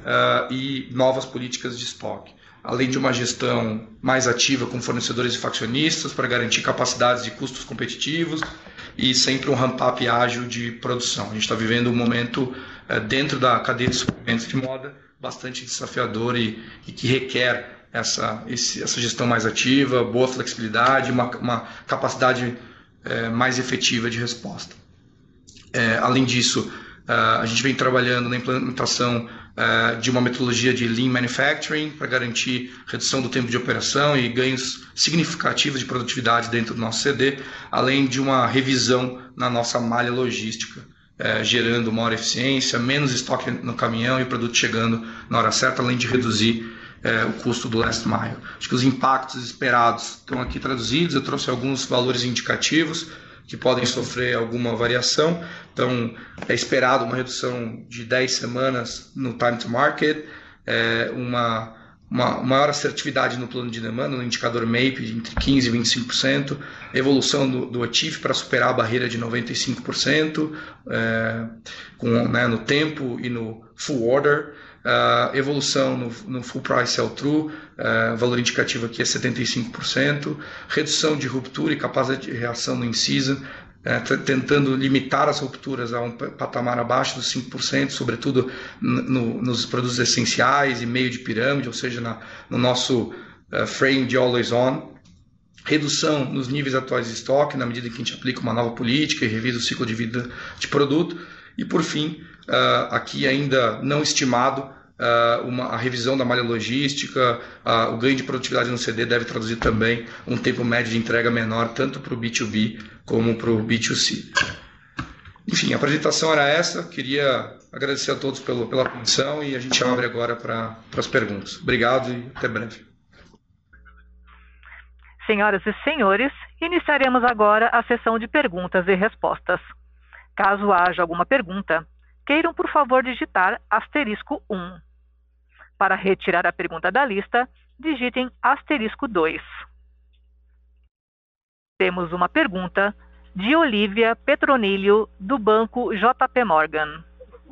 e novas políticas de estoque, além de uma gestão mais ativa com fornecedores e faccionistas para garantir capacidades de custos competitivos e sempre um ramp-up ágil de produção. A gente está vivendo um momento dentro da cadeia de suprimentos de moda bastante desafiador e que requer essa gestão mais ativa, boa flexibilidade, uma capacidade mais efetiva de resposta. Além disso, a gente vem trabalhando na implementação de uma metodologia de Lean Manufacturing para garantir redução do tempo de operação e ganhos significativos de produtividade dentro do nosso CD, além de uma revisão na nossa malha logística, gerando maior eficiência, menos estoque no caminhão e o produto chegando na hora certa, além de reduzir o custo do last mile. Acho que os impactos esperados estão aqui traduzidos, eu trouxe alguns valores indicativos que podem sofrer alguma variação. Então, é esperado uma redução de 10 semanas no time to market, uma maior assertividade no plano de demanda, no indicador MAPE de entre 15% e 25%, evolução do OTIF para superar a barreira de 95%, no tempo e no full order, evolução no full price sell-through, valor indicativo aqui é 75%, redução de ruptura e capacidade de reação no in-season, tentando limitar as rupturas a um patamar abaixo dos 5%, sobretudo nos produtos essenciais e meio de pirâmide, ou seja, no nosso frame de always on, redução nos níveis atuais de estoque, na medida em que a gente aplica uma nova política e revisa o ciclo de vida de produto, e por fim, aqui ainda não estimado, a revisão da malha logística, o ganho de produtividade no CD deve traduzir também um tempo médio de entrega menor, tanto para o B2B como para o B2C. Enfim, a apresentação era essa, queria agradecer a todos pela atenção e a gente abre agora para as perguntas. Obrigado e até breve. Senhoras e senhores, iniciaremos agora a sessão de perguntas e respostas. Caso haja alguma pergunta, queiram, por favor, digitar *1. Para retirar a pergunta da lista, digitem *2. Temos uma pergunta de Olivia Petronilho, do Banco JP Morgan.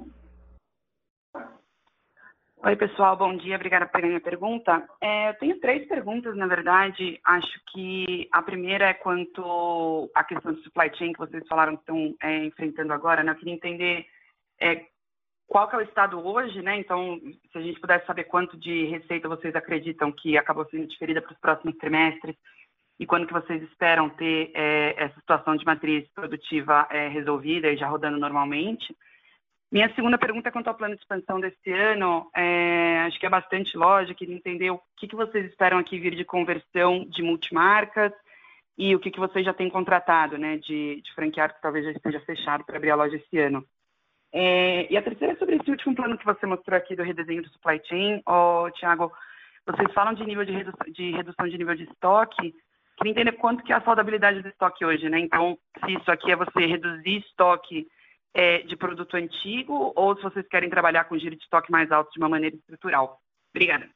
Oi, pessoal, bom dia, obrigada por pegar minha pergunta. Eu tenho 3 perguntas, na verdade. Acho que a primeira é quanto à questão de supply chain que vocês falaram que estão enfrentando agora, né? Eu queria entender qual que é o estado hoje, né? Então, se a gente pudesse saber quanto de receita vocês acreditam que acabou sendo diferida para os próximos trimestres e quando que vocês esperam ter essa situação de matriz produtiva resolvida e já rodando normalmente. Minha segunda pergunta é quanto ao plano de expansão desse ano. Acho que é bastante lógico, queria entender o que vocês esperam aqui vir de conversão de multimarcas e o que vocês já têm contratado, né, de franqueado que talvez já esteja fechado para abrir a loja esse ano. E a terceira é sobre esse último plano que você mostrou aqui do redesenho do supply chain. Thiago, vocês falam de nível de redução de nível de estoque. Queria entender quanto que é a saudabilidade do estoque hoje, né? Então, se isso aqui é você reduzir estoque de produto antigo ou se vocês querem trabalhar com giro de estoque mais alto de uma maneira estrutural. Obrigada.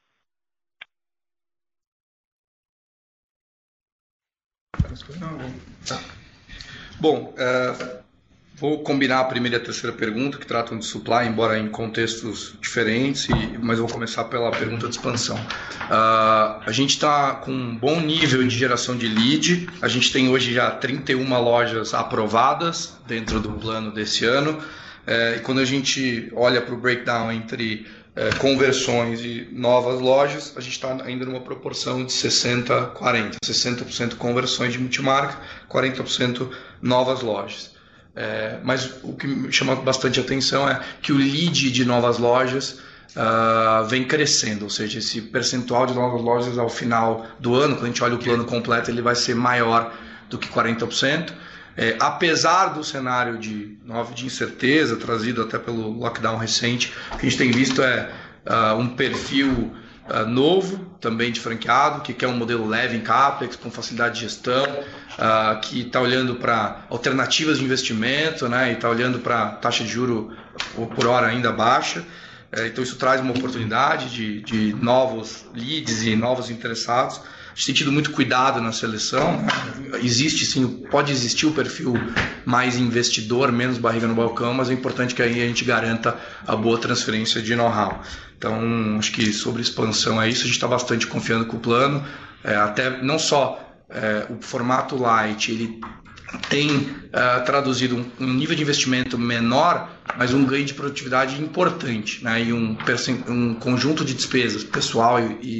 Bom, vou combinar a primeira e a terceira pergunta, que tratam de supply, embora em contextos diferentes, mas vou começar pela pergunta de expansão. A gente está com um bom nível de geração de lead, a gente tem hoje já 31 lojas aprovadas dentro do plano desse ano, e quando a gente olha para o breakdown entre conversões e novas lojas, a gente está ainda numa proporção de 60-40, 60% conversões de multimarca, 40% novas lojas. Mas o que me chama bastante atenção é que o lead de novas lojas vem crescendo, ou seja, esse percentual de novas lojas ao final do ano, quando a gente olha o plano completo, ele vai ser maior do que 40%. Apesar do cenário de incerteza trazido até pelo lockdown recente, o que a gente tem visto é um perfil novo, também de franqueado, que quer um modelo leve em CAPEX, com facilidade de gestão, que está olhando para alternativas de investimento, né, e está olhando para taxa de juro por hora ainda baixa. Então isso traz uma oportunidade de novos leads e novos interessados. A gente tem tido muito cuidado na seleção, né? Existe sim, pode existir o perfil mais investidor, menos barriga no balcão, mas é importante que aí a gente garanta a boa transferência de know-how. Então, acho que sobre expansão é isso, a gente está bastante confiando com o plano, até não só o formato light, ele tem traduzido um nível de investimento menor, mas um ganho de produtividade importante, né? E um conjunto de despesas pessoal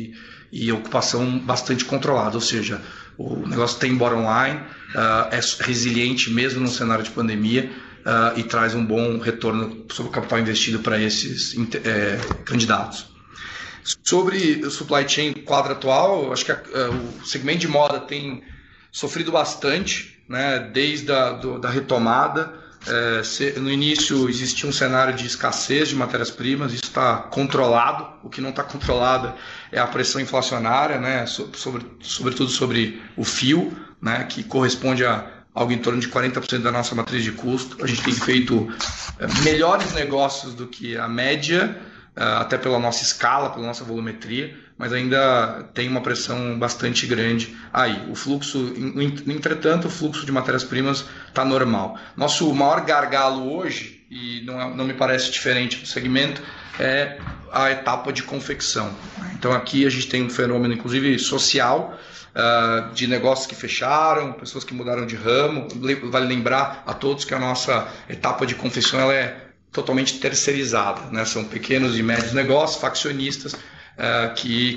e ocupação bastante controlada, ou seja, o negócio tem bottom line, é resiliente mesmo no cenário de pandemia e traz um bom retorno sobre o capital investido para esses candidatos. Sobre o supply chain quadro atual, acho que o segmento de moda tem sofrido bastante, né, desde da retomada. No início existia um cenário de escassez de matérias-primas, isso está controlado. O que não está controlado é a pressão inflacionária, né, sobretudo sobre o fio, né, que corresponde a algo em torno de 40% da nossa matriz de custo. A gente tem feito melhores negócios do que a média, até pela nossa escala, pela nossa volumetria, mas ainda tem uma pressão bastante grande aí. O fluxo, entretanto, o fluxo de matérias-primas está normal. Nosso maior gargalo hoje, e não me parece diferente do segmento, é a etapa de confecção. Então aqui a gente tem um fenômeno, inclusive social, de negócios que fecharam, pessoas que mudaram de ramo. Vale lembrar a todos que a nossa etapa de confecção ela é totalmente terceirizada, né? São pequenos e médios negócios, faccionistas, que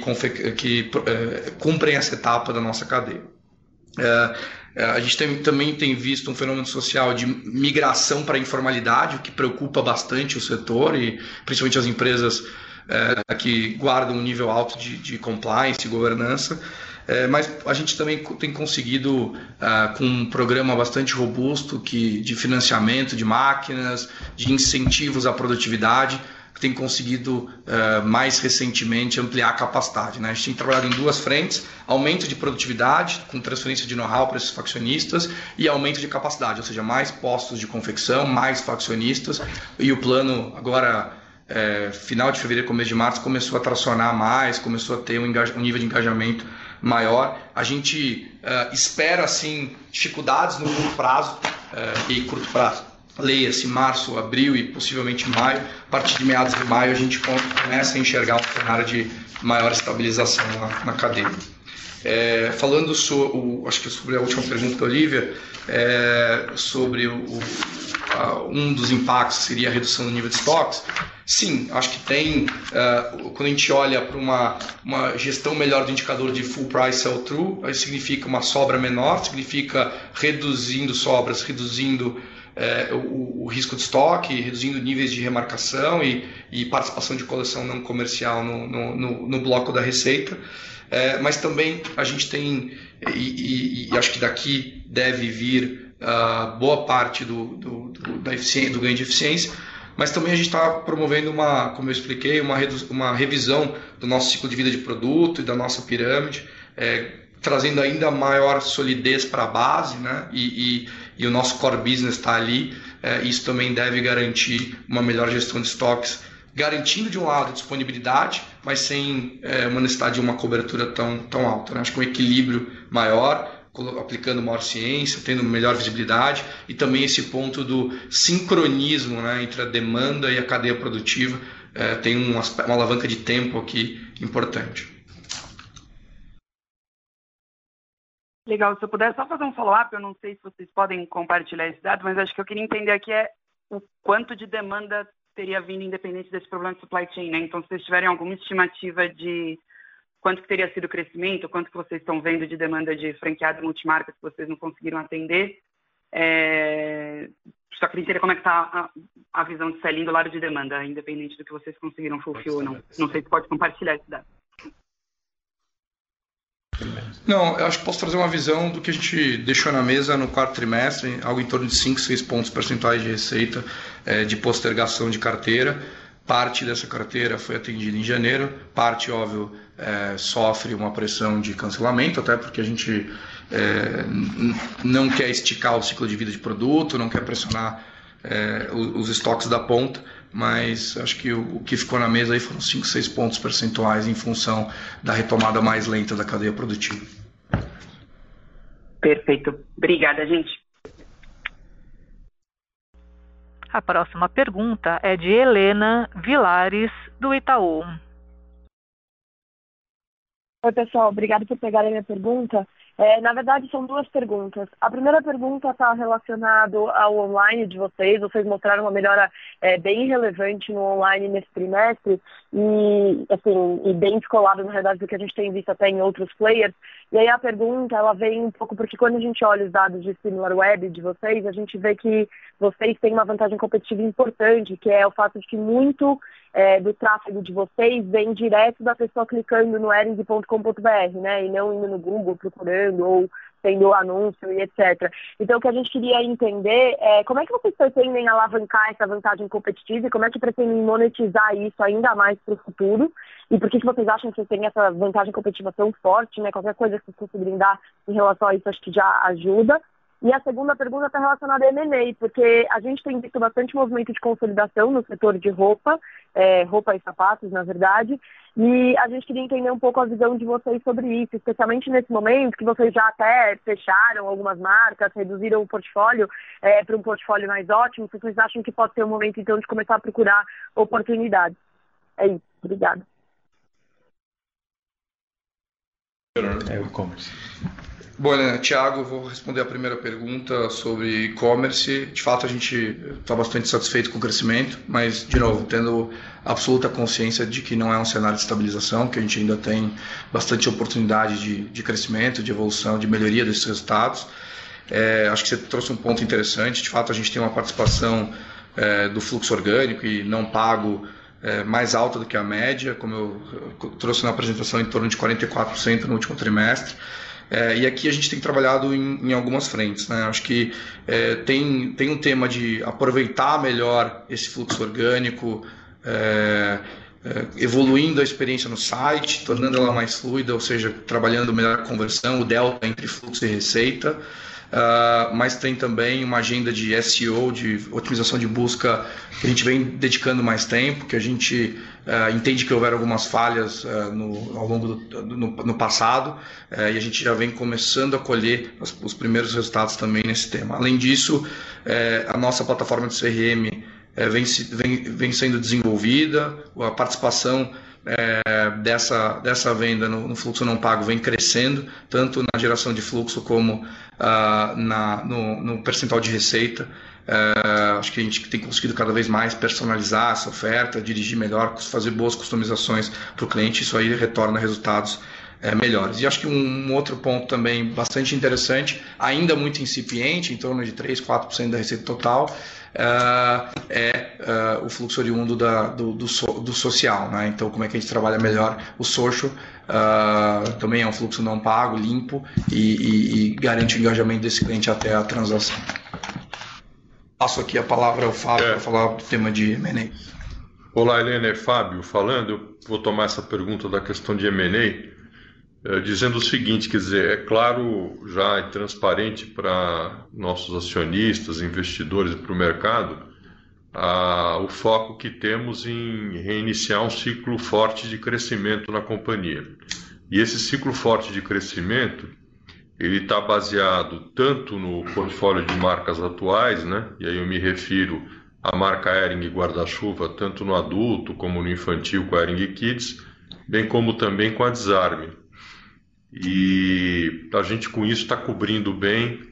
cumprem essa etapa da nossa cadeia. A gente também tem visto um fenômeno social de migração para a informalidade, o que preocupa bastante o setor e principalmente as empresas que guardam um nível alto de compliance e governança. Mas a gente também tem conseguido, com um programa bastante robusto de financiamento de máquinas, de incentivos à produtividade, que tem conseguido mais recentemente ampliar a capacidade, né? A gente tem trabalhado em duas frentes: aumento de produtividade, com transferência de know-how para esses faccionistas, e aumento de capacidade, ou seja, mais postos de confecção, mais faccionistas, e o plano agora, final de fevereiro, começo de março, começou a tracionar mais, começou a ter um nível de engajamento maior. A gente espera, assim, dificuldades no curto prazo e curto prazo. Leia-se março, abril e possivelmente maio. A partir de meados de maio a gente começa a enxergar um cenário de maior estabilização na cadeia. Falando acho que sobre a última pergunta da Olivia, sobre um dos impactos seria a redução do nível de estoques. Sim, acho que tem, quando a gente olha para uma gestão melhor do indicador de full price sell-through, aí significa uma sobra menor, significa reduzindo sobras, reduzindo o risco de estoque, reduzindo níveis de remarcação e participação de coleção não comercial no bloco da receita. Mas também a gente tem, e acho que daqui deve vir boa parte do ganho de eficiência, mas também a gente está promovendo como eu expliquei, uma revisão do nosso ciclo de vida de produto e da nossa pirâmide, trazendo ainda maior solidez para a base, né? E o nosso core business está ali. Isso também deve garantir uma melhor gestão de estoques, garantindo de um lado disponibilidade, mas sem uma necessidade de uma cobertura tão alta, né? Acho que um equilíbrio maior, aplicando maior ciência, tendo melhor visibilidade e também esse ponto do sincronismo, né, entre a demanda e a cadeia produtiva, tem uma alavanca de tempo aqui importante. Legal, se eu puder só fazer um follow-up, eu não sei se vocês podem compartilhar esse dado, mas acho que eu queria entender aqui o quanto de demanda teria vindo independente desse problema de supply chain, né? Então, se vocês tiverem alguma estimativa de quanto que teria sido o crescimento, quanto que vocês estão vendo de demanda de franqueado multimarca que vocês não conseguiram atender, só queria entender como é que está a visão de sell-in do lado de demanda, independente do que vocês conseguiram fulfill ou não. Não sei se pode compartilhar esse dado. Não, eu acho que posso trazer uma visão do que a gente deixou na mesa no quarto trimestre, algo em torno de 5, 6 pontos percentuais de receita de postergação de carteira. Parte dessa carteira foi atendida em janeiro, parte, óbvio, sofre uma pressão de cancelamento, até porque a gente não quer esticar o ciclo de vida de produto, não quer pressionar os estoques da ponta, mas acho que o que ficou na mesa aí foram 5, 6 pontos percentuais em função da retomada mais lenta da cadeia produtiva. Perfeito. Obrigada, gente. A próxima pergunta é de Helena Vilares, do Itaú. Oi, pessoal. Obrigada por pegarem a minha pergunta. Na verdade, são duas perguntas. A primeira pergunta está relacionada ao online de vocês. Vocês mostraram uma melhora bem relevante no online nesse trimestre e bem descolado, na verdade, do que a gente tem visto até em outros players. E aí a pergunta, ela vem um pouco porque quando a gente olha os dados de SimilarWeb de vocês, a gente vê que vocês têm uma vantagem competitiva importante, que é o fato de que muito do tráfego de vocês vem direto da pessoa clicando no ering.com.br, né? E não indo no Google procurando ou tendo anúncio e etc. Então, o que a gente queria entender é como é que vocês pretendem alavancar essa vantagem competitiva e como é que pretendem monetizar isso ainda mais para o futuro e por que vocês acham que vocês têm essa vantagem competitiva tão forte, né? Qualquer coisa que vocês conseguirem dar em relação a isso, acho que já ajuda. E a segunda pergunta está relacionada a M&A, porque a gente tem visto bastante movimento de consolidação no setor de roupa e sapatos, na verdade, e a gente queria entender um pouco a visão de vocês sobre isso, especialmente nesse momento que vocês já até fecharam algumas marcas, reduziram o portfólio para um portfólio mais ótimo. Se vocês acham que pode ser um momento, então, de começar a procurar oportunidades. É isso. Obrigada. O e-commerce. Bom, Helena, Thiago, eu vou responder a primeira pergunta sobre e-commerce. De fato, a gente está bastante satisfeito com o crescimento, mas, de novo, tendo absoluta consciência de que não é um cenário de estabilização, que a gente ainda tem bastante oportunidade de crescimento, de evolução, de melhoria desses resultados. Acho que você trouxe um ponto interessante. De fato, a gente tem uma participação do fluxo orgânico e não pago mais alta do que a média, como eu trouxe na apresentação, em torno de 44% no último trimestre. E aqui a gente tem trabalhado em algumas frentes, né? Acho que tem um tema de aproveitar melhor esse fluxo orgânico, evoluindo a experiência no site, tornando ela mais fluida, ou seja, trabalhando melhor a conversão, o delta entre fluxo e receita. Mas tem também uma agenda de SEO, de otimização de busca, que a gente vem dedicando mais tempo, que a gente entende que houveram algumas falhas ao longo no passado, e a gente já vem começando a colher os primeiros resultados também nesse tema. Além disso, a nossa plataforma de CRM vem sendo desenvolvida, a participação dessa venda no fluxo não pago vem crescendo, tanto na geração de fluxo como no percentual de receita. Acho que a gente tem conseguido cada vez mais personalizar essa oferta, dirigir melhor, fazer boas customizações para o cliente. Isso aí retorna resultados melhores. E acho que um outro ponto também bastante interessante, ainda muito incipiente, em torno de 3, 4% da receita total, o fluxo oriundo do social, né? Então, como é que a gente trabalha melhor o social, também é um fluxo não pago, limpo e garante o engajamento desse cliente até a transação. Passo aqui a palavra ao Fábio para falar do tema de M&A. Olá, Helena, é Fábio falando. Eu vou tomar essa pergunta da questão de M&A, dizendo o seguinte, quer dizer, é claro, já é transparente para nossos acionistas, investidores e para o mercado, o foco que temos em reiniciar um ciclo forte de crescimento na companhia. E esse ciclo forte de crescimento, ele está baseado tanto no portfólio de marcas atuais, né? E aí eu me refiro à marca Hering Guarda-Chuva, tanto no adulto como no infantil com a Hering Kids, bem como também com a Desarme. E a gente com isso está cobrindo bem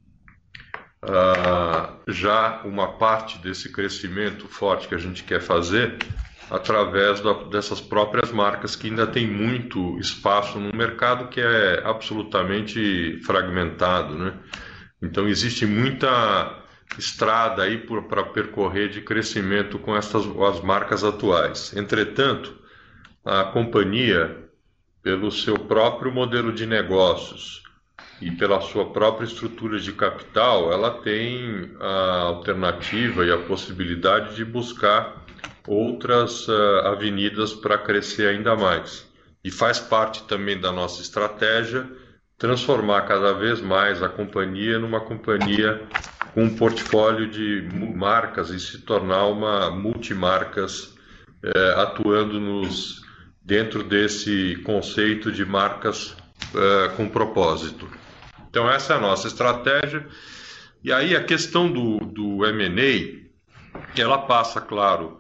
já uma parte desse crescimento forte que a gente quer fazer através dessas próprias marcas que ainda tem muito espaço no mercado que é absolutamente fragmentado, né? Então existe muita estrada aí para percorrer de crescimento com as marcas atuais. Entretanto, a companhia, pelo seu próprio modelo de negócios e pela sua própria estrutura de capital, ela tem a alternativa e a possibilidade de buscar outras avenidas para crescer ainda mais. E faz parte também da nossa estratégia transformar cada vez mais a companhia numa companhia com um portfólio de marcas e se tornar uma multimarcas atuando dentro desse conceito de marcas com propósito. Então essa é a nossa estratégia. E aí a questão do M&A, ela passa, claro,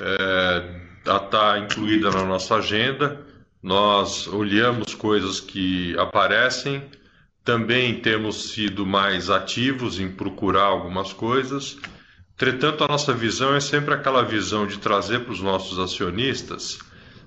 a estar incluída na nossa agenda. Nós olhamos coisas que aparecem, também temos sido mais ativos em procurar algumas coisas. Entretanto, a nossa visão é sempre aquela visão de trazer para os nossos acionistas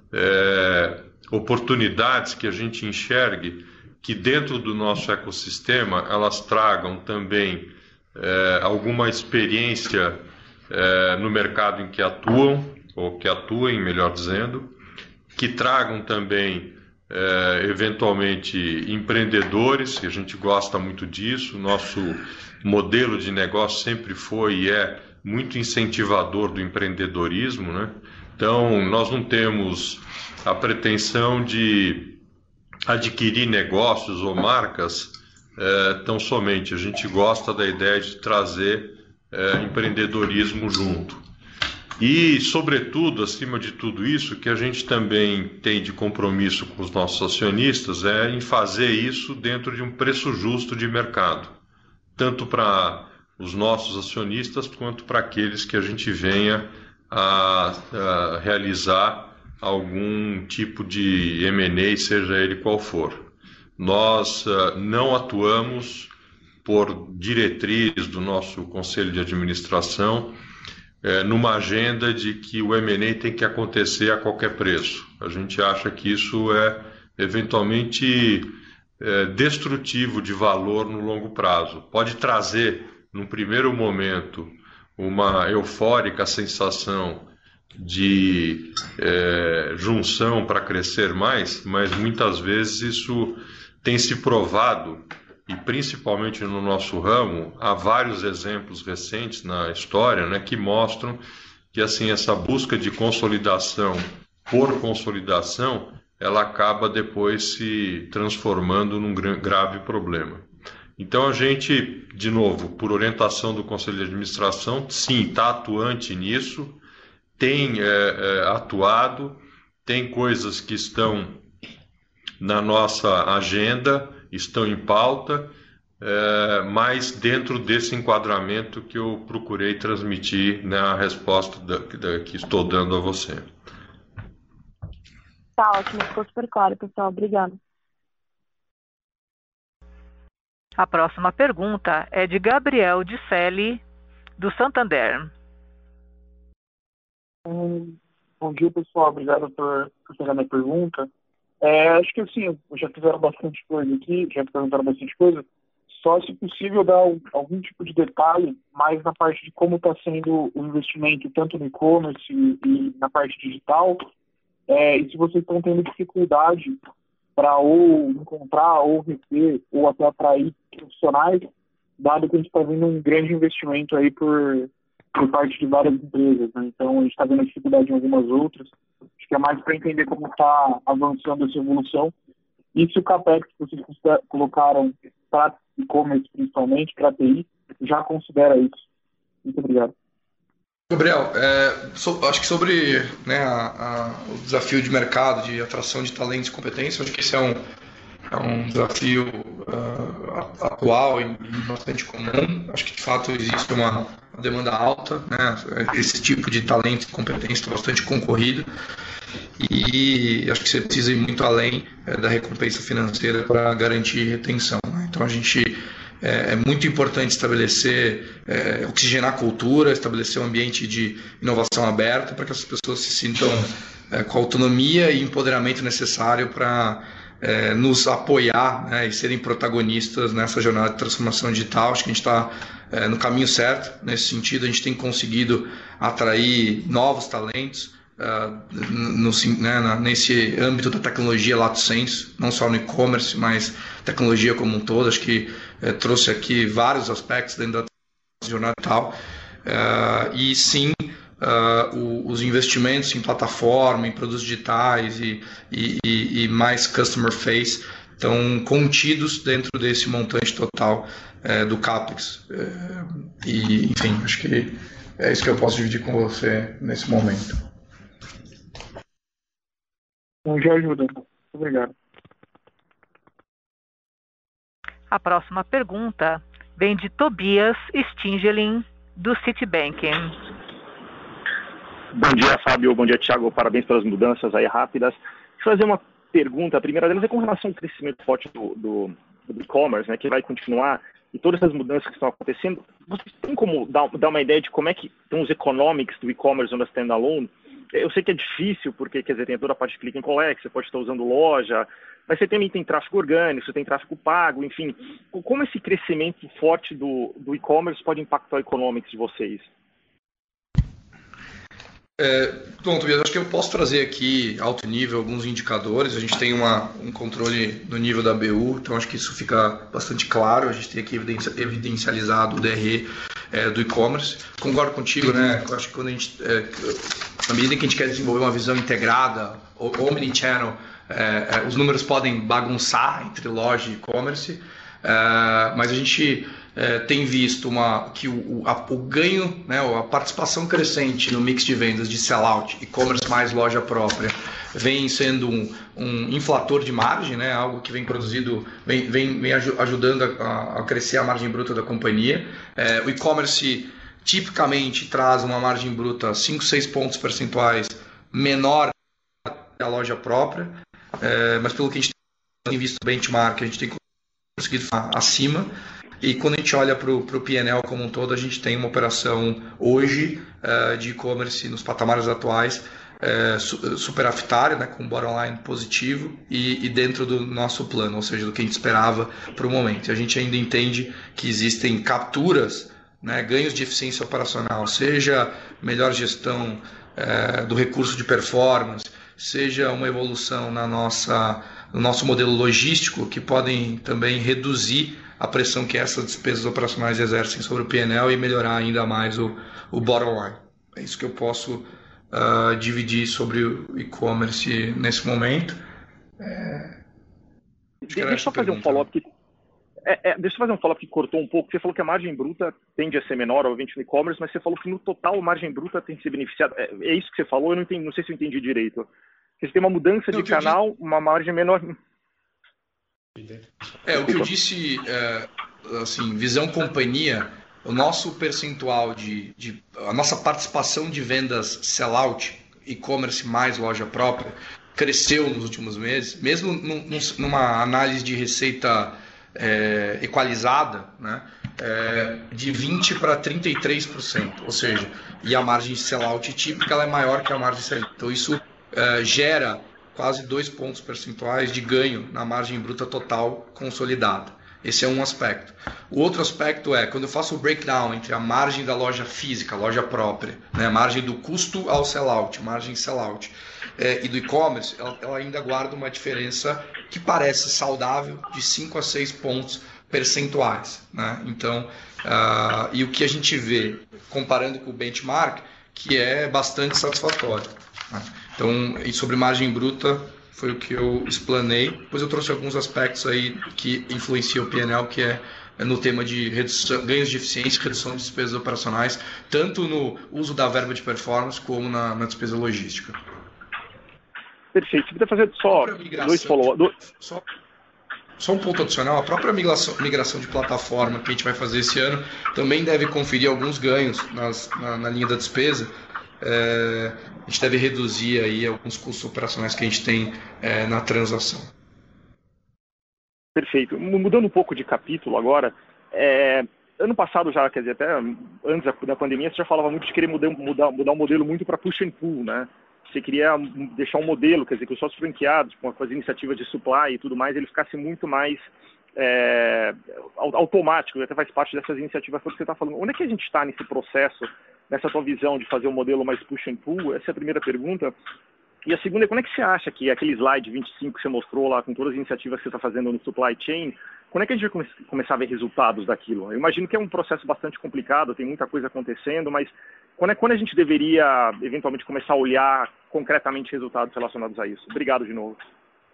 oportunidades que a gente enxergue que dentro do nosso ecossistema elas tragam também alguma experiência no mercado em que atuam, ou que atuem, melhor dizendo, que tragam também, eventualmente, empreendedores, que a gente gosta muito disso. Nosso modelo de negócio sempre foi e é muito incentivador do empreendedorismo, né? Então, nós não temos a pretensão de adquirir negócios ou marcas tão somente. A gente gosta da ideia de trazer empreendedorismo junto. E, sobretudo, acima de tudo isso, que a gente também tem de compromisso com os nossos acionistas é em fazer isso dentro de um preço justo de mercado, tanto para os nossos acionistas quanto para aqueles que a gente venha a realizar algum tipo de M&A, seja ele qual for. Nós não atuamos por diretriz do nosso Conselho de Administração numa agenda de que o M&A tem que acontecer a qualquer preço. A gente acha que isso é eventualmente destrutivo de valor no longo prazo. Pode trazer, num primeiro momento, uma eufórica sensação de junção para crescer mais, mas muitas vezes isso tem se provado, e principalmente no nosso ramo, há vários exemplos recentes na história, né, que mostram que assim, essa busca de consolidação por consolidação, ela acaba depois se transformando num grave problema. Então a gente, de novo, por orientação do Conselho de Administração, sim, está atuante nisso, tem atuado, tem coisas que estão na nossa agenda, estão em pauta, mas dentro desse enquadramento que eu procurei transmitir na resposta que estou dando a você. Tá ótimo, ficou super claro, pessoal. Obrigada. A próxima pergunta é de Gabriel Disselli, do Santander. Bom dia, pessoal. Obrigado por pegar minha pergunta. Acho que assim, já fizeram bastante coisa aqui, já perguntaram bastante coisa. Só se possível dar algum tipo de detalhe mais na parte de como está sendo o investimento tanto no e-commerce e na parte digital, e se vocês estão tendo dificuldade para ou encontrar, ou reter, ou até atrair profissionais, dado que a gente está vendo um grande investimento aí por parte de várias empresas, né? Então a gente está vendo dificuldade em algumas outras. Acho que é mais para entender como está avançando essa evolução. E se o CAPEX que vocês colocaram para e-commerce, principalmente, para TI, já considera isso. Muito obrigado. Gabriel, acho que sobre, né, o desafio de mercado, de atração de talentos e competências, acho que esse é um desafio atual e bastante comum. Acho que, de fato, existe uma demanda alta, né? Esse tipo de talento e competência está bastante concorrido e acho que você precisa ir muito além da recompensa financeira para garantir retenção, né? Então, a gente... É muito importante estabelecer, oxigenar a cultura, estabelecer um ambiente de inovação aberto para que as pessoas se sintam com a autonomia e empoderamento necessário para nos apoiar, né, e serem protagonistas nessa jornada de transformação digital. Acho que a gente está no caminho certo nesse sentido. A gente tem conseguido atrair novos talentos nesse âmbito da tecnologia lato sensu, não só no e-commerce, mas tecnologia como um todo. Acho que trouxe aqui vários aspectos dentro da jornada digital, e sim, os investimentos em plataforma, em produtos digitais e mais customer face estão contidos dentro desse montante total do CAPEX. Enfim, acho que é isso que eu posso dividir com você nesse momento. Já ajuda. Obrigado. A próxima pergunta vem de Tobias Stingelin, do Citibank. Bom dia, Fábio. Bom dia, Thiago. Parabéns pelas mudanças aí rápidas. Deixa eu fazer uma pergunta. A primeira delas é com relação ao crescimento forte do e-commerce, né, que vai continuar, e todas essas mudanças que estão acontecendo. Vocês têm como dar uma ideia de como é que estão os economics do e-commerce on a standalone? Eu sei que é difícil, porque, quer dizer, tem toda a parte de click and collect, você pode estar usando loja, mas você também tem tráfego orgânico, você tem tráfego pago, enfim. Como esse crescimento forte do e-commerce pode impactar o economics de vocês? Bom, Tobias, acho que eu posso trazer aqui, alto nível, alguns indicadores. A gente tem um controle no nível da BU, então acho que isso fica bastante claro. A gente tem aqui evidencializado o DRE do e-commerce. Concordo contigo, né? Eu acho que quando a gente, na medida que a gente quer desenvolver uma visão integrada, omnichannel, os números podem bagunçar entre loja e e-commerce, mas a gente tem visto que o ganho, né, a participação crescente no mix de vendas de sellout, e-commerce mais loja própria, vem sendo um inflator de margem, né, algo que vem produzido, vem ajudando a crescer a margem bruta da companhia. O e-commerce tipicamente traz uma margem bruta 5, 6 pontos percentuais menor que a loja própria, mas pelo que a gente tem visto benchmark, a gente tem conseguido ficar acima. E quando a gente olha para o P&L como um todo, a gente tem uma operação hoje de e-commerce nos patamares atuais superafitária, né, com bottom line positivo e dentro do nosso plano, ou seja, do que a gente esperava para o momento. E a gente ainda entende que existem capturas, né, ganhos de eficiência operacional, seja melhor gestão do recurso de performance, seja uma evolução no nosso modelo logístico, que podem também reduzir a pressão que essas despesas operacionais exercem sobre o P&L e melhorar ainda mais o bottom line. É isso que eu posso dividir sobre o e-commerce nesse momento. Deixa eu só fazer um follow-up que... deixa eu fazer um follow-up que cortou um pouco. Você falou que a margem bruta tende a ser menor, obviamente, no e-commerce, mas você falou que no total a margem bruta tem se beneficiado. É isso que você falou? Eu não sei se eu entendi direito. Você tem uma mudança de canal, uma margem menor... O que eu disse, assim, visão companhia, o nosso percentual a nossa participação de vendas sellout, e-commerce mais loja própria, cresceu nos últimos meses, mesmo numa análise de receita equalizada, né, de 20% para 33%, ou seja, e a margem de sellout típica ela é maior que a margem de sellout. Então isso gera quase 2 pontos percentuais de ganho na margem bruta total consolidada. Esse é um aspecto. O outro aspecto é, quando eu faço o breakdown entre a margem da loja física, a loja própria, né, a margem do custo ao sellout, margem sellout, e do e-commerce, ela ainda guarda uma diferença que parece saudável de 5 a 6 pontos percentuais. Né? Então, e o que a gente vê, comparando com o benchmark, que é bastante satisfatório. Né? Então, e sobre margem bruta, foi o que eu explanei. Depois eu trouxe alguns aspectos aí que influenciam o P&L, que é no tema de redução, ganhos de eficiência e redução de despesas operacionais, tanto no uso da verba de performance como na despesa logística. Perfeito. Se puder fazer só 2 follow-up. Só um ponto adicional, a própria migração de plataforma que a gente vai fazer esse ano também deve conferir alguns ganhos na linha da despesa. A gente deve reduzir aí alguns custos operacionais que a gente tem na transação. Perfeito. Mudando um pouco de capítulo agora, ano passado já, quer dizer, até antes da pandemia, você já falava muito de querer mudar o modelo muito para push and pull, né? Você queria deixar um modelo, quer dizer, que os sócios franqueados, com as iniciativas de supply e tudo mais, ele ficasse muito mais automático, até faz parte dessas iniciativas que você está falando. Onde é que a gente está nesse processo, nessa tua visão de fazer um modelo mais push and pull? Essa é a primeira pergunta. E a segunda é, quando é que você acha que aquele slide 25 que você mostrou lá, com todas as iniciativas que você está fazendo no supply chain, quando é que a gente vai começar a ver resultados daquilo? Eu imagino que é um processo bastante complicado, tem muita coisa acontecendo, mas quando a gente deveria, eventualmente, começar a olhar concretamente resultados relacionados a isso? Obrigado de novo.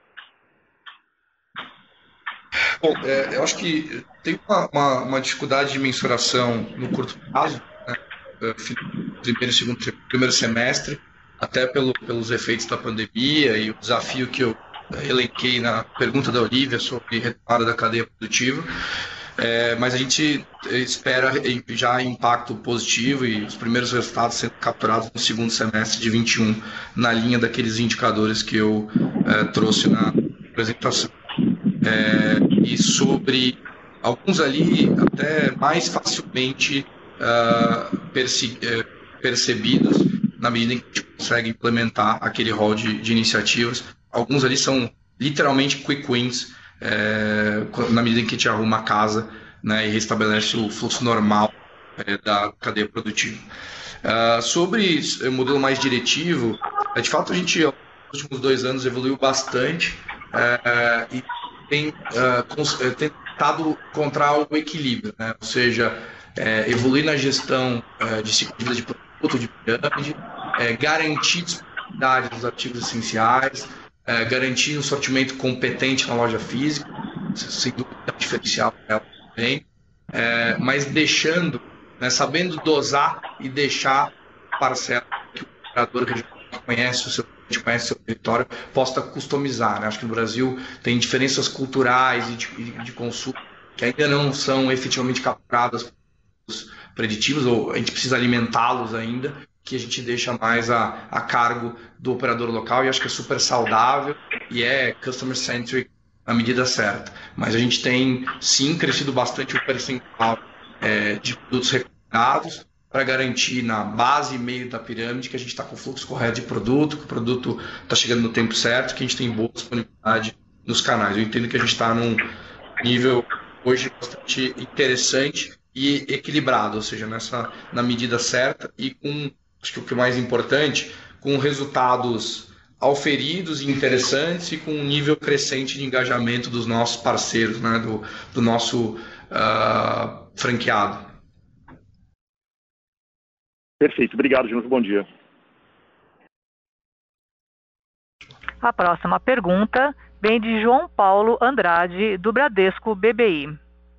Bom, eu acho que tem uma dificuldade de mensuração no curto prazo, né? Primeiro semestre, até pelos efeitos da pandemia e o desafio que eu elenquei na pergunta da Olivia sobre retomada da cadeia produtiva. Mas a gente espera já impacto positivo e os primeiros resultados sendo capturados no segundo semestre de 21, na linha daqueles indicadores que eu trouxe na apresentação. E sobre alguns ali até mais facilmente percebidos na medida em que a gente consegue implementar aquele rol de iniciativas. Alguns ali são literalmente quick wins, na medida em que a gente arruma a casa, né, e restabelece o fluxo normal da cadeia produtiva. Sobre o modelo mais diretivo, de fato a gente, nos últimos 2 anos, evoluiu bastante e tem tentado encontrar o equilíbrio, né? Ou seja, evoluir na gestão de ciclo de vida de produto, de pirâmide, garantir disponibilidade dos ativos essenciais, garantir um sortimento competente na loja física, sem dúvida é um diferencial dela também, mas deixando, né, sabendo dosar e deixar parcela que o operador que a gente conhece o seu território possa customizar. Né? Acho que no Brasil tem diferenças culturais e de consumo que ainda não são efetivamente capturadas pelos preditivos, ou a gente precisa alimentá-los ainda, que a gente deixa mais a cargo do operador local, e acho que é super saudável e é customer-centric na medida certa. Mas a gente tem, sim, crescido bastante o percentual de produtos recomendados para garantir na base e meio da pirâmide que a gente está com o fluxo correto de produto, que o produto está chegando no tempo certo, que a gente tem boa disponibilidade nos canais. Eu entendo que a gente está num nível hoje bastante interessante e equilibrado, ou seja, na medida certa e com, acho que o que é mais importante, com resultados auferidos e interessantes e com um nível crescente de engajamento dos nossos parceiros, né, do nosso franqueado. Perfeito. Obrigado, Jonas. Bom dia. A próxima pergunta vem de João Paulo Andrade, do Bradesco BBI.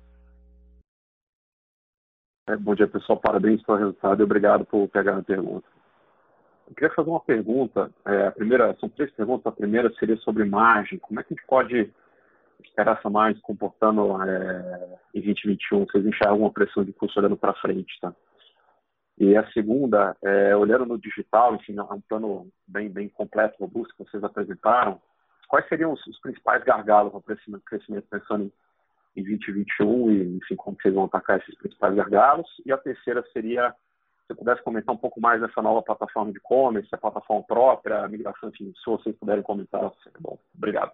Bom dia, pessoal. Parabéns pelo resultado e obrigado por pegar a pergunta. Eu queria fazer uma pergunta. A primeira, são 3 perguntas. A primeira seria sobre margem. Como é que a gente pode esperar essa margem se comportando em 2021? Vocês enxergam alguma pressão de custo olhando para frente, tá? E a segunda, olhando no digital, enfim, é um plano bem completo, robusto que vocês apresentaram. Quais seriam os principais gargalos para o crescimento pensando em 2021 e, enfim, como vocês vão atacar esses principais gargalos? E a terceira seria você pudesse comentar um pouco mais dessa nova plataforma de e-commerce, a plataforma própria, a migração, enfim, se vocês puderem comentar, sempre bom. Obrigado.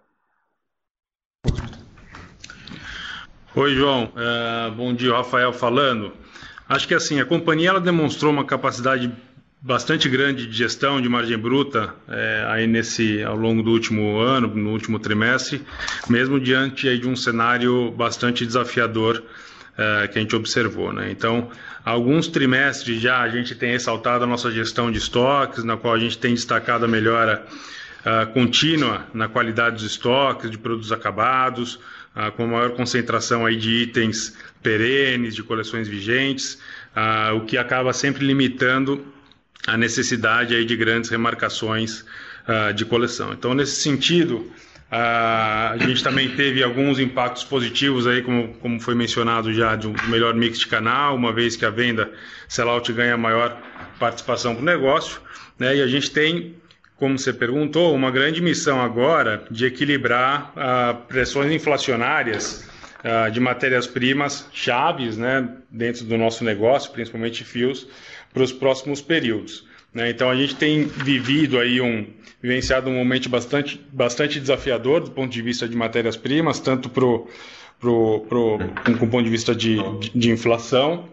Oi, João. Bom dia, Rafael falando. Acho que assim, a companhia ela demonstrou uma capacidade bastante grande de gestão de margem bruta aí ao longo do último ano, no último trimestre, mesmo diante aí de um cenário bastante desafiador que a gente observou, né? Então, alguns trimestres já a gente tem ressaltado a nossa gestão de estoques, na qual a gente tem destacado a melhora contínua na qualidade dos estoques, de produtos acabados, com maior concentração aí de itens perenes, de coleções vigentes, o que acaba sempre limitando a necessidade aí de grandes remarcações de coleção. Então, nesse sentido, a gente também teve alguns impactos positivos aí, como foi mencionado já, de um melhor mix de canal, uma vez que a venda sellout ganha maior participação para o negócio, né? E a gente tem, como você perguntou, uma grande missão agora de equilibrar pressões inflacionárias de matérias-primas chaves, né, dentro do nosso negócio, principalmente fios, para os próximos períodos, né? Então a gente tem vivenciado um momento bastante desafiador do ponto de vista de matérias-primas, tanto com o ponto de vista de inflação,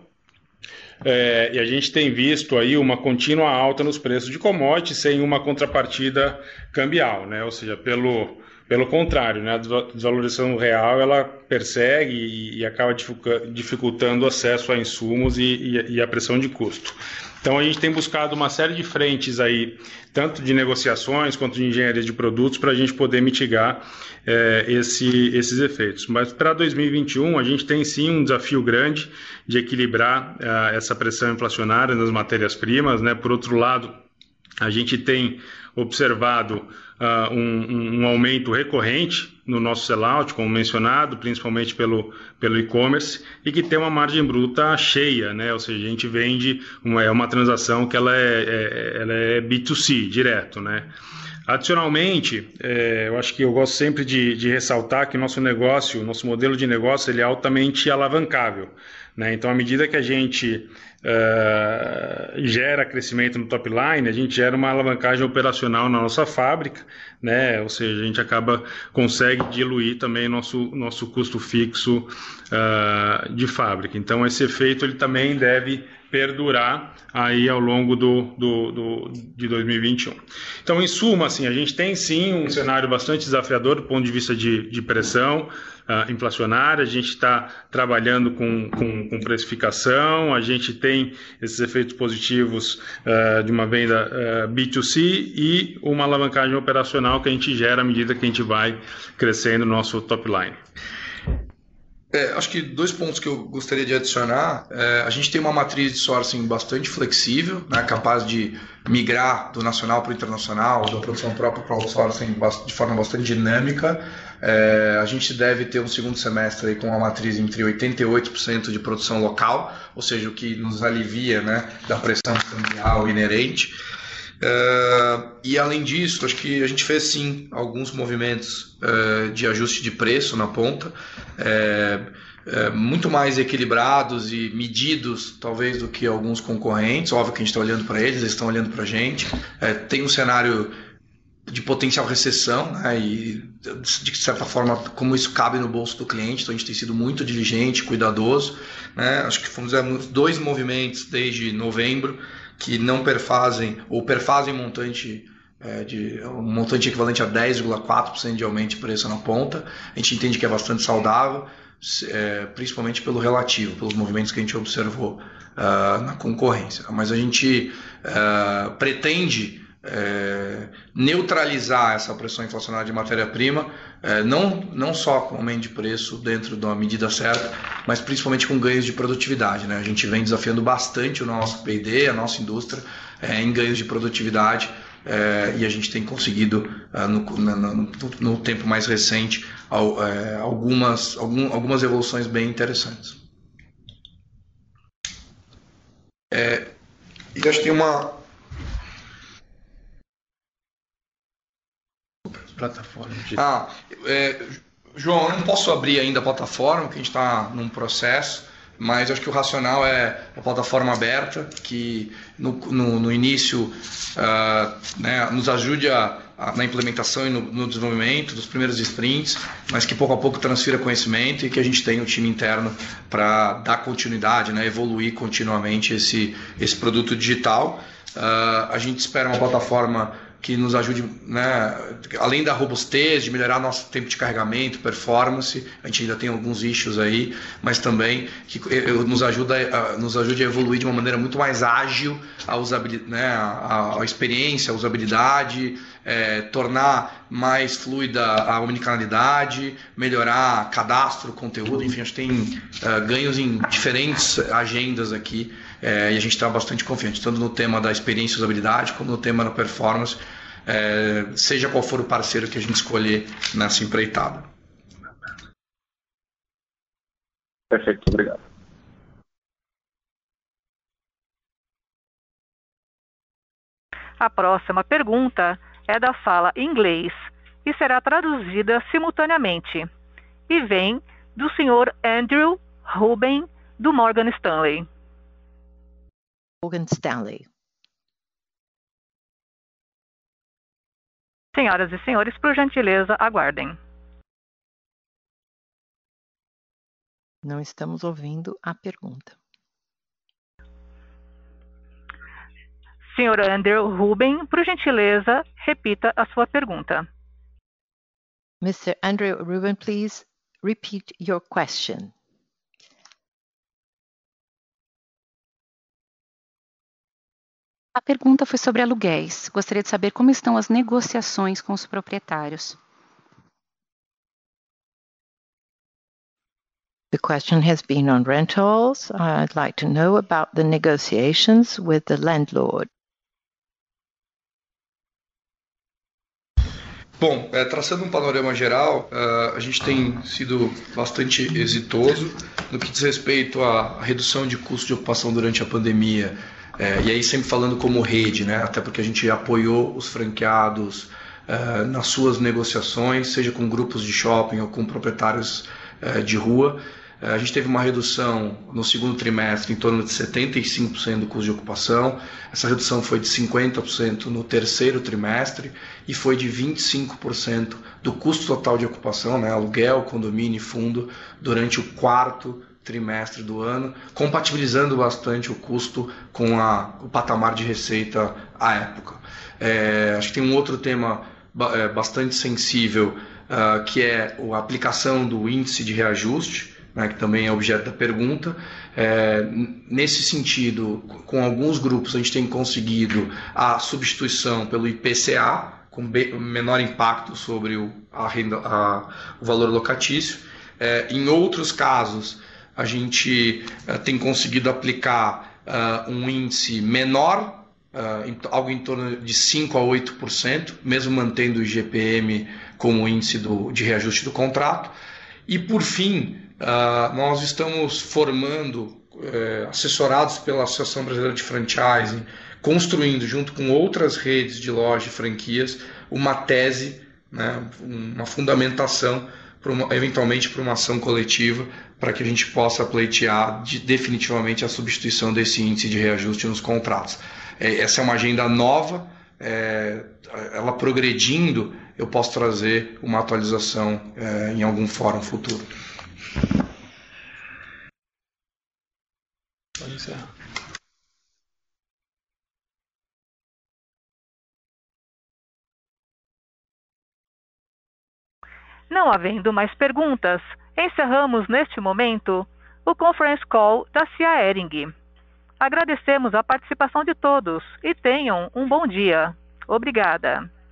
e a gente tem visto aí uma contínua alta nos preços de commodities sem uma contrapartida cambial, né? Ou seja, pelo contrário, né? A desvalorização real ela persegue e acaba dificultando o acesso a insumos e a pressão de custo. Então a gente tem buscado uma série de frentes aí, tanto de negociações quanto de engenharia de produtos, para a gente poder mitigar esses efeitos. Mas para 2021 a gente tem sim um desafio grande de equilibrar essa pressão inflacionária nas matérias-primas, né? Por outro lado, a gente tem observado um aumento recorrente no nosso sellout, como mencionado, principalmente pelo e-commerce, e que tem uma margem bruta cheia, né? Ou seja, a gente vende uma transação que ela é B2C, direto, né? Adicionalmente, eu acho que eu gosto sempre de ressaltar que o nosso modelo de negócio, ele é altamente alavancável, né? Então, à medida que a gente gera crescimento no top line, a gente gera uma alavancagem operacional na nossa fábrica, né? Ou seja, a gente consegue diluir também nosso custo fixo de fábrica. Então, esse efeito ele também deve perdurar aí ao longo de 2021. Então, em suma, assim, a gente tem sim um cenário bastante desafiador do ponto de vista de pressão inflacionária. A gente está trabalhando com precificação, a gente tem esses efeitos positivos de uma venda B2C e uma alavancagem operacional que a gente gera à medida que a gente vai crescendo o nosso top line. Acho que 2 pontos que eu gostaria de adicionar. A gente tem uma matriz de sourcing bastante flexível, né, capaz de migrar do nacional para o internacional, da produção própria para o outsourcing de forma bastante dinâmica. A gente deve ter um segundo semestre aí com uma matriz entre 88% de produção local, ou seja, o que nos alivia, né, da pressão cambial inerente. E além disso, acho que a gente fez sim alguns movimentos de ajuste de preço na ponta, muito mais equilibrados e medidos talvez do que alguns concorrentes. Óbvio que a gente está olhando para eles estão olhando para a gente. Tem um cenário de potencial recessão, né, e de certa forma como isso cabe no bolso do cliente, então a gente tem sido muito diligente, cuidadoso, né? Acho que fomos 2 movimentos desde novembro que não perfazem ou perfazem um montante equivalente a 10,4% de aumento de preço na ponta. A gente entende que é bastante saudável, principalmente pelo relativo, pelos movimentos que a gente observou na concorrência. Mas a gente pretende neutralizar essa pressão inflacionária de matéria-prima, não só com aumento de preço dentro da medida certa, mas principalmente com ganhos de produtividade, né? A gente vem desafiando bastante o nosso P&D, a nossa indústria, em ganhos de produtividade, e a gente tem conseguido, no tempo mais recente, algumas evoluções bem interessantes. E acho que tem uma plataforma. João, eu não posso abrir ainda a plataforma, que a gente está num processo, mas eu acho que o racional é a plataforma aberta, que no início nos ajude na implementação e no desenvolvimento dos primeiros sprints, mas que pouco a pouco transfira conhecimento e que a gente tenha um time interno para dar continuidade, evoluir continuamente esse produto digital. A gente espera uma plataforma que nos ajude, além da robustez, de melhorar nosso tempo de carregamento, performance. A gente ainda tem alguns issues aí, mas também que nos ajude a evoluir de uma maneira muito mais ágil a experiência, a usabilidade, tornar mais fluida a omnicanalidade, melhorar cadastro, conteúdo, enfim, acho que tem ganhos em diferentes agendas aqui. E a gente está bastante confiante, tanto no tema da experiência e usabilidade, como no tema da performance, seja qual for o parceiro que a gente escolher nessa empreitada. Perfeito, obrigado. A próxima pergunta é da sala inglês e será traduzida simultaneamente. E vem do Sr. Andrew Ruben, do Morgan Stanley. Morgan Stanley. Senhoras e senhores, por gentileza, aguardem. Não estamos ouvindo a pergunta. Sr. Andrew Ruben, por gentileza, repita a sua pergunta. Mr. Andrew Ruben, please repeat your question. A pergunta foi sobre aluguéis. Gostaria de saber como estão as negociações com os proprietários. The question has been on rentals. I'd like to know about the negotiations with the landlord. Bom, traçando um panorama geral, a gente tem sido bastante exitoso no que diz respeito à redução de custo de ocupação durante a pandemia. E aí sempre falando como rede, até porque a gente apoiou os franqueados nas suas negociações, seja com grupos de shopping ou com proprietários de rua. A gente teve uma redução no segundo trimestre em torno de 75% do custo de ocupação. Essa redução foi de 50% no terceiro trimestre e foi de 25% do custo total de ocupação, aluguel, condomínio e fundo, durante o quarto trimestre do ano, compatibilizando bastante o custo com o patamar de receita à época. Acho que tem um outro tema bastante sensível, que é a aplicação do índice de reajuste, que também é objeto da pergunta. Nesse sentido, com alguns grupos a gente tem conseguido a substituição pelo IPCA, com menor impacto sobre o valor locatício. Em outros casos, a gente tem conseguido aplicar um índice menor, algo em torno de 5% a 8%, mesmo mantendo o IGPM como índice de reajuste do contrato. E, por fim, nós estamos formando, assessorados pela Associação Brasileira de Franchising, construindo, junto com outras redes de lojas e franquias, uma tese, uma fundamentação, eventualmente para uma ação coletiva, para que a gente possa pleitear definitivamente a substituição desse índice de reajuste nos contratos. Essa é uma agenda nova, ela progredindo, eu posso trazer uma atualização em algum fórum futuro. Pode encerrar. Não havendo mais perguntas, encerramos neste momento o conference call da CIA Hering. Agradecemos a participação de todos e tenham um bom dia. Obrigada.